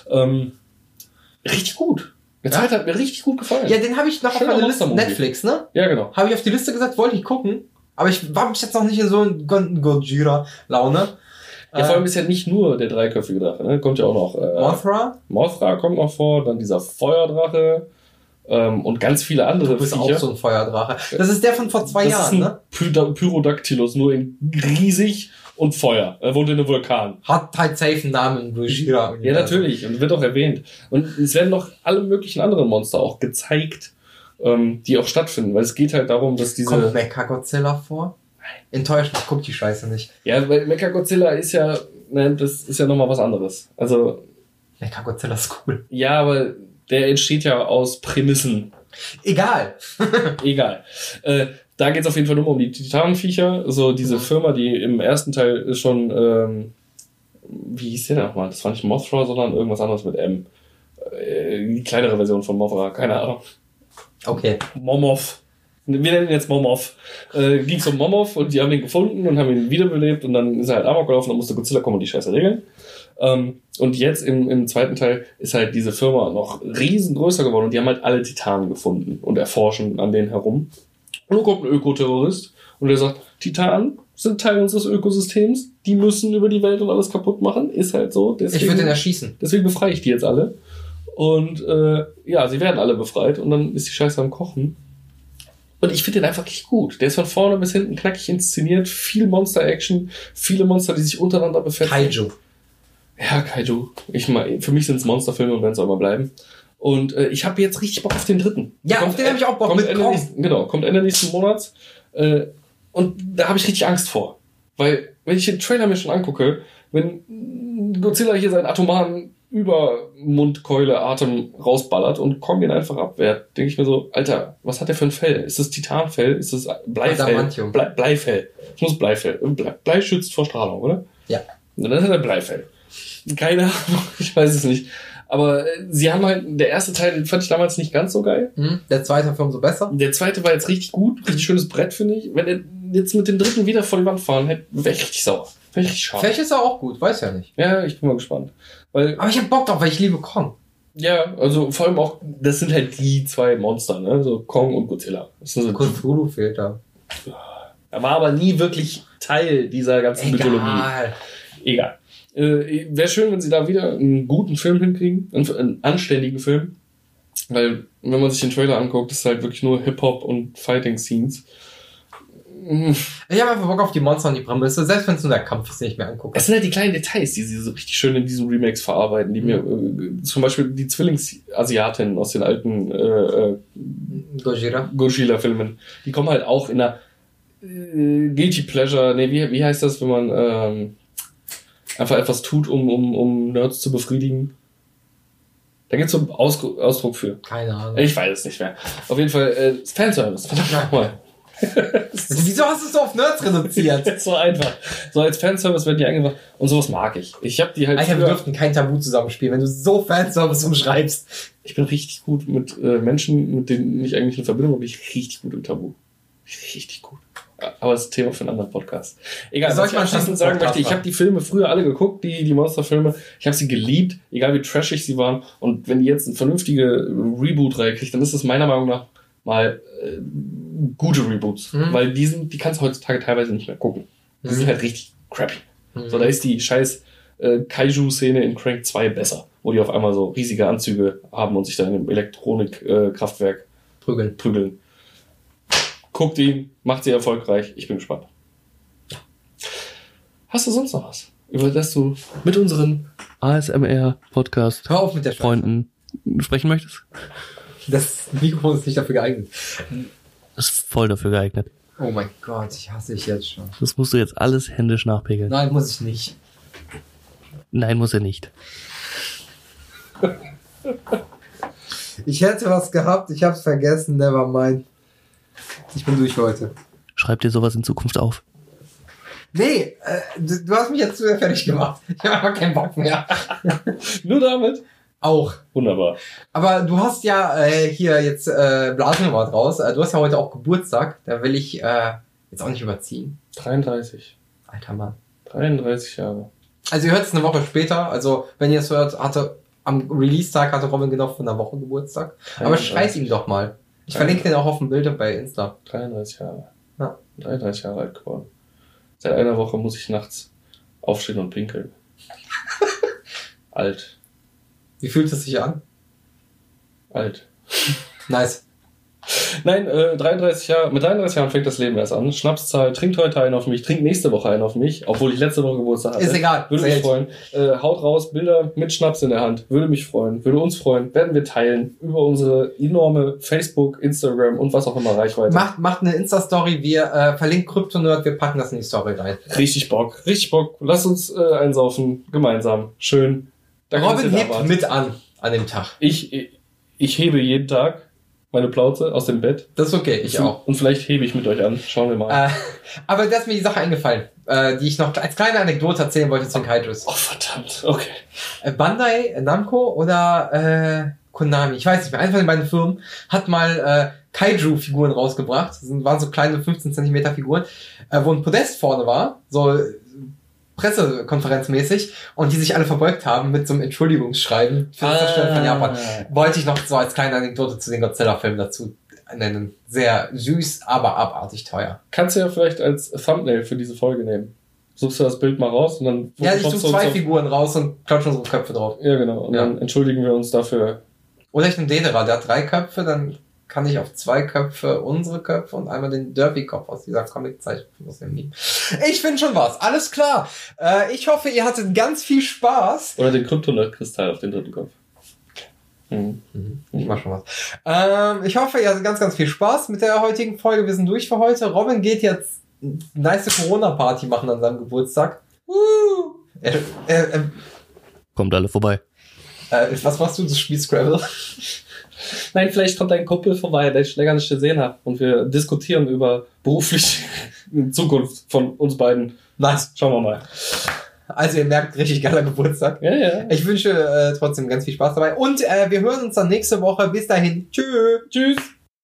Richtig gut. Der zweite hat mir richtig gut gefallen. Ja, den habe ich noch auf meiner Liste. Netflix, ne? Ja, genau. Habe ich auf die Liste gesagt, wollte ich gucken. Aber ich war bis jetzt noch nicht in so einer Gojira-Laune. Ja, vor allem ist ja nicht nur der dreiköpfige Drache, ne? Kommt ja auch noch Mothra kommt noch vor, dann dieser Feuerdrache und ganz viele andere Viecher. Du bist auch so ein Feuerdrache. Das ist der von vor 2 Jahren, ne? Pyrodactylus, nur in riesig und Feuer. Er wohnt in einem Vulkan. Hat halt safe einen Namen, Gojira. Ja, natürlich. Und wird auch erwähnt. Und es werden noch alle möglichen anderen Monster auch gezeigt, die auch stattfinden. Weil es geht halt darum, dass diese... Kommt Mechagodzilla vor? Enttäuscht, ich guck die Scheiße nicht. Ja, weil Mechagodzilla ist ja... Nein, das ist ja nochmal was anderes. Also... Mechagodzilla ist cool. Ja, aber der entsteht ja aus Prämissen. Egal. Egal. Da geht es auf jeden Fall nur um die Titanenviecher. So diese Firma, die im ersten Teil schon, wie hieß der nochmal? Das war nicht Mothra, sondern irgendwas anderes mit M. Die kleinere Version von Mothra, keine Ahnung. Okay. Momoth. Wir nennen ihn jetzt Momoth. Ging es um Momoth und die haben ihn gefunden und haben ihn wiederbelebt und dann ist er halt Amok gelaufen und dann musste Godzilla kommen und die Scheiße regeln. Und jetzt im zweiten Teil ist halt diese Firma noch riesengrößer geworden und die haben halt alle Titanen gefunden und erforschen an denen herum. Und dann kommt ein Ökoterrorist und der sagt, Titanen sind Teil unseres Ökosystems, die müssen über die Welt und alles kaputt machen, ist halt so. Deswegen, ich würde den erschießen. Deswegen befreie ich die jetzt alle. Und ja, sie werden alle befreit und dann ist die Scheiße am Kochen. Und ich finde den einfach richtig gut. Der ist von vorne bis hinten knackig inszeniert, viel Monster-Action, viele Monster, die sich untereinander befestigen. Kaiju. Ja, Kaiju. Für mich sind es Monsterfilme und werden es auch immer bleiben. Und ich habe jetzt richtig Bock auf den dritten. Ja, auf den habe ich auch Bock. Kommt Ende nächsten Monats. Und da habe ich richtig Angst vor. Weil, wenn ich den Trailer mir schon angucke, wenn Godzilla hier seinen atomaren Übermundkeule-Atem rausballert und Kong ihn einfach abwehrt, denke ich mir so, Alter, was hat der für ein Fell? Ist das Titanfell? Ist das Bleifell? Bleifell. Es muss Bleifell. Blei schützt vor Strahlung, oder? Ja. Und dann hat er Bleifell. Keine Ahnung, ich weiß es nicht. Aber sie haben halt, der erste Teil, den fand ich damals nicht ganz so geil. Der zweite war umso besser. Der zweite war jetzt richtig gut, richtig schönes Brett, finde ich. Wenn er jetzt mit dem dritten wieder vor die Wand fahren hätte, wäre ich richtig sauer. Wäre ich richtig schade. Vielleicht ist er auch gut, weiß ja nicht. Ja, ich bin mal gespannt. Aber ich hab Bock drauf, weil ich liebe Kong. Ja, also vor allem auch, das sind halt die zwei Monster, ne? So Kong und Godzilla. Cthulhu fehlt da. Er war aber nie wirklich Teil dieser ganzen Mythologie. Egal. Wäre schön, wenn sie da wieder einen guten Film hinkriegen, einen anständigen Film, weil wenn man sich den Trailer anguckt, ist halt wirklich nur Hip-Hop und Fighting-Scenes. Ich habe einfach Bock auf die Monster und die Prämisse, selbst wenn es nur der Kampf ist, den ich mir angucke. Es sind halt die kleinen Details, die sie so richtig schön in diesen Remakes verarbeiten, die mir zum Beispiel die Zwillingsasiatinnen aus den alten Gojira-Filmen, die kommen halt auch in einer Guilty Pleasure, wie heißt das, wenn man einfach etwas tut, um Nerds zu befriedigen? Da gibt's so einen Ausdruck für. Keine Ahnung. Ich weiß es nicht mehr. Auf jeden Fall, Fanservice. Verdammt nochmal. Wieso hast du es so auf Nerds reduziert? So einfach. So als Fanservice werden die eingebracht. Und sowas mag ich. Ich habe die halt. Alter, wir dürften kein Tabu zusammenspielen, wenn du so Fanservice umschreibst. Ich bin richtig gut mit Menschen, mit denen ich eigentlich eine Verbindung habe. Ich richtig gut im Tabu. Richtig gut. Aber das ist ein Thema für einen anderen Podcast. Egal, was ich anschließend sagen möchte, ich habe die Filme früher alle geguckt, die Monsterfilme. Ich habe sie geliebt, egal wie trashig sie waren. Und wenn die jetzt eine vernünftige Reboot-Reihe kriegt, dann ist das meiner Meinung nach mal gute Reboots. Weil die kannst du heutzutage teilweise nicht mehr gucken. Die sind halt richtig crappy. So, da ist die scheiß Kaiju-Szene in Crank 2 besser, wo die auf einmal so riesige Anzüge haben und sich dann in einem Elektronikkraftwerk prügeln. Guckt ihn, macht sie erfolgreich. Ich bin gespannt. Hast du sonst noch was, über das du mit unseren ASMR-Podcast-Freunden sprechen möchtest? Das Mikrofon ist nicht dafür geeignet. Das ist voll dafür geeignet. Oh mein Gott, ich hasse dich jetzt schon. Das musst du jetzt alles händisch nachpegeln. Nein, muss ich nicht. Nein, muss er nicht. Ich hätte was gehabt, ich hab's vergessen, never mind. Ich bin durch für heute. Schreib dir sowas in Zukunft auf. Nee, du hast mich jetzt zu fertig gemacht. Ich habe einfach keinen Bock mehr. Nur damit? Auch. Wunderbar. Aber du hast ja hier jetzt Blasennummer draus. Du hast ja heute auch Geburtstag. Da will ich jetzt auch nicht überziehen. 33. Alter Mann. 33 Jahre. Also ihr hört es eine Woche später. Also wenn ihr es hört, am Release-Tag hatte Robin genau vor einer Woche Geburtstag. 33. Aber schreib ihm doch mal. Ich verlinke den auch auf dem Bild bei Insta. 33 Jahre. Ja. 33 Jahre alt geworden. Seit einer Woche muss ich nachts aufstehen und pinkeln. Alt. Wie fühlt es sich an? Alt. Nice. Nein, 33 Jahre, mit 33 Jahren fängt das Leben erst an. Schnapszahl, trinkt heute einen auf mich, trinkt nächste Woche einen auf mich, obwohl ich letzte Woche Geburtstag hatte. Ist egal. Würde mich freuen. Haut raus, Bilder mit Schnaps in der Hand. Würde mich freuen. Würde uns freuen. Werden wir teilen über unsere enorme Facebook, Instagram und was auch immer Reichweite. Macht eine Insta-Story. Wir verlinken Kryptonerd. Wir packen das in die Story rein. Richtig Bock. Lass uns einsaufen. Gemeinsam. Schön. Robin hebt mit an dem Tag. Ich hebe jeden Tag meine Plauze aus dem Bett. Das ist okay, ich auch. Und vielleicht hebe ich mit euch an. Schauen wir mal. Aber da ist mir die Sache eingefallen, die ich noch als kleine Anekdote erzählen wollte zu den Kaijus. Oh, verdammt. Okay. Bandai Namco oder Konami, ich weiß nicht mehr, eine von den beiden Firmen hat mal Kaiju-Figuren rausgebracht. Das waren so kleine 15 cm Figuren, wo ein Podest vorne war, so pressekonferenzmäßig, und die sich alle verbeugt haben mit so einem Entschuldigungsschreiben für das Zerstören von Japan. Wollte ich noch so als kleine Anekdote zu den Godzilla-Filmen dazu nennen. Sehr süß, aber abartig teuer. Kannst du ja vielleicht als Thumbnail für diese Folge nehmen. Suchst du das Bild mal raus und dann... Ja, ich suche 2 Figuren raus und klatsche unsere Köpfe drauf. Ja, genau. Und dann entschuldigen wir uns dafür. Oder ich nehme Dedera, der hat 3 Köpfe, dann kann ich auf 2 Köpfe unsere Köpfe und einmal den Derby-Kopf aus dieser Comic-Zeichnung nehmen. Ich finde schon was. Alles klar. Ich hoffe, ihr hattet ganz viel Spaß. Oder den Kryptonit-Kristall auf den dritten Kopf. Ich mach schon was. Ich hoffe, ihr hattet ganz, ganz viel Spaß mit der heutigen Folge. Wir sind durch für heute. Robin geht jetzt eine nice Corona-Party machen an seinem Geburtstag. Kommt alle vorbei. Was machst du? Du spielst Scrabble? Nein, vielleicht kommt ein Kumpel vorbei, der ich länger nicht gesehen habe. Und wir diskutieren über beruflich Zukunft von uns beiden. Nice. Schauen wir mal. Also ihr merkt, richtig geiler Geburtstag. Ja. Ich wünsche trotzdem ganz viel Spaß dabei. Und wir hören uns dann nächste Woche. Bis dahin. Tschüss.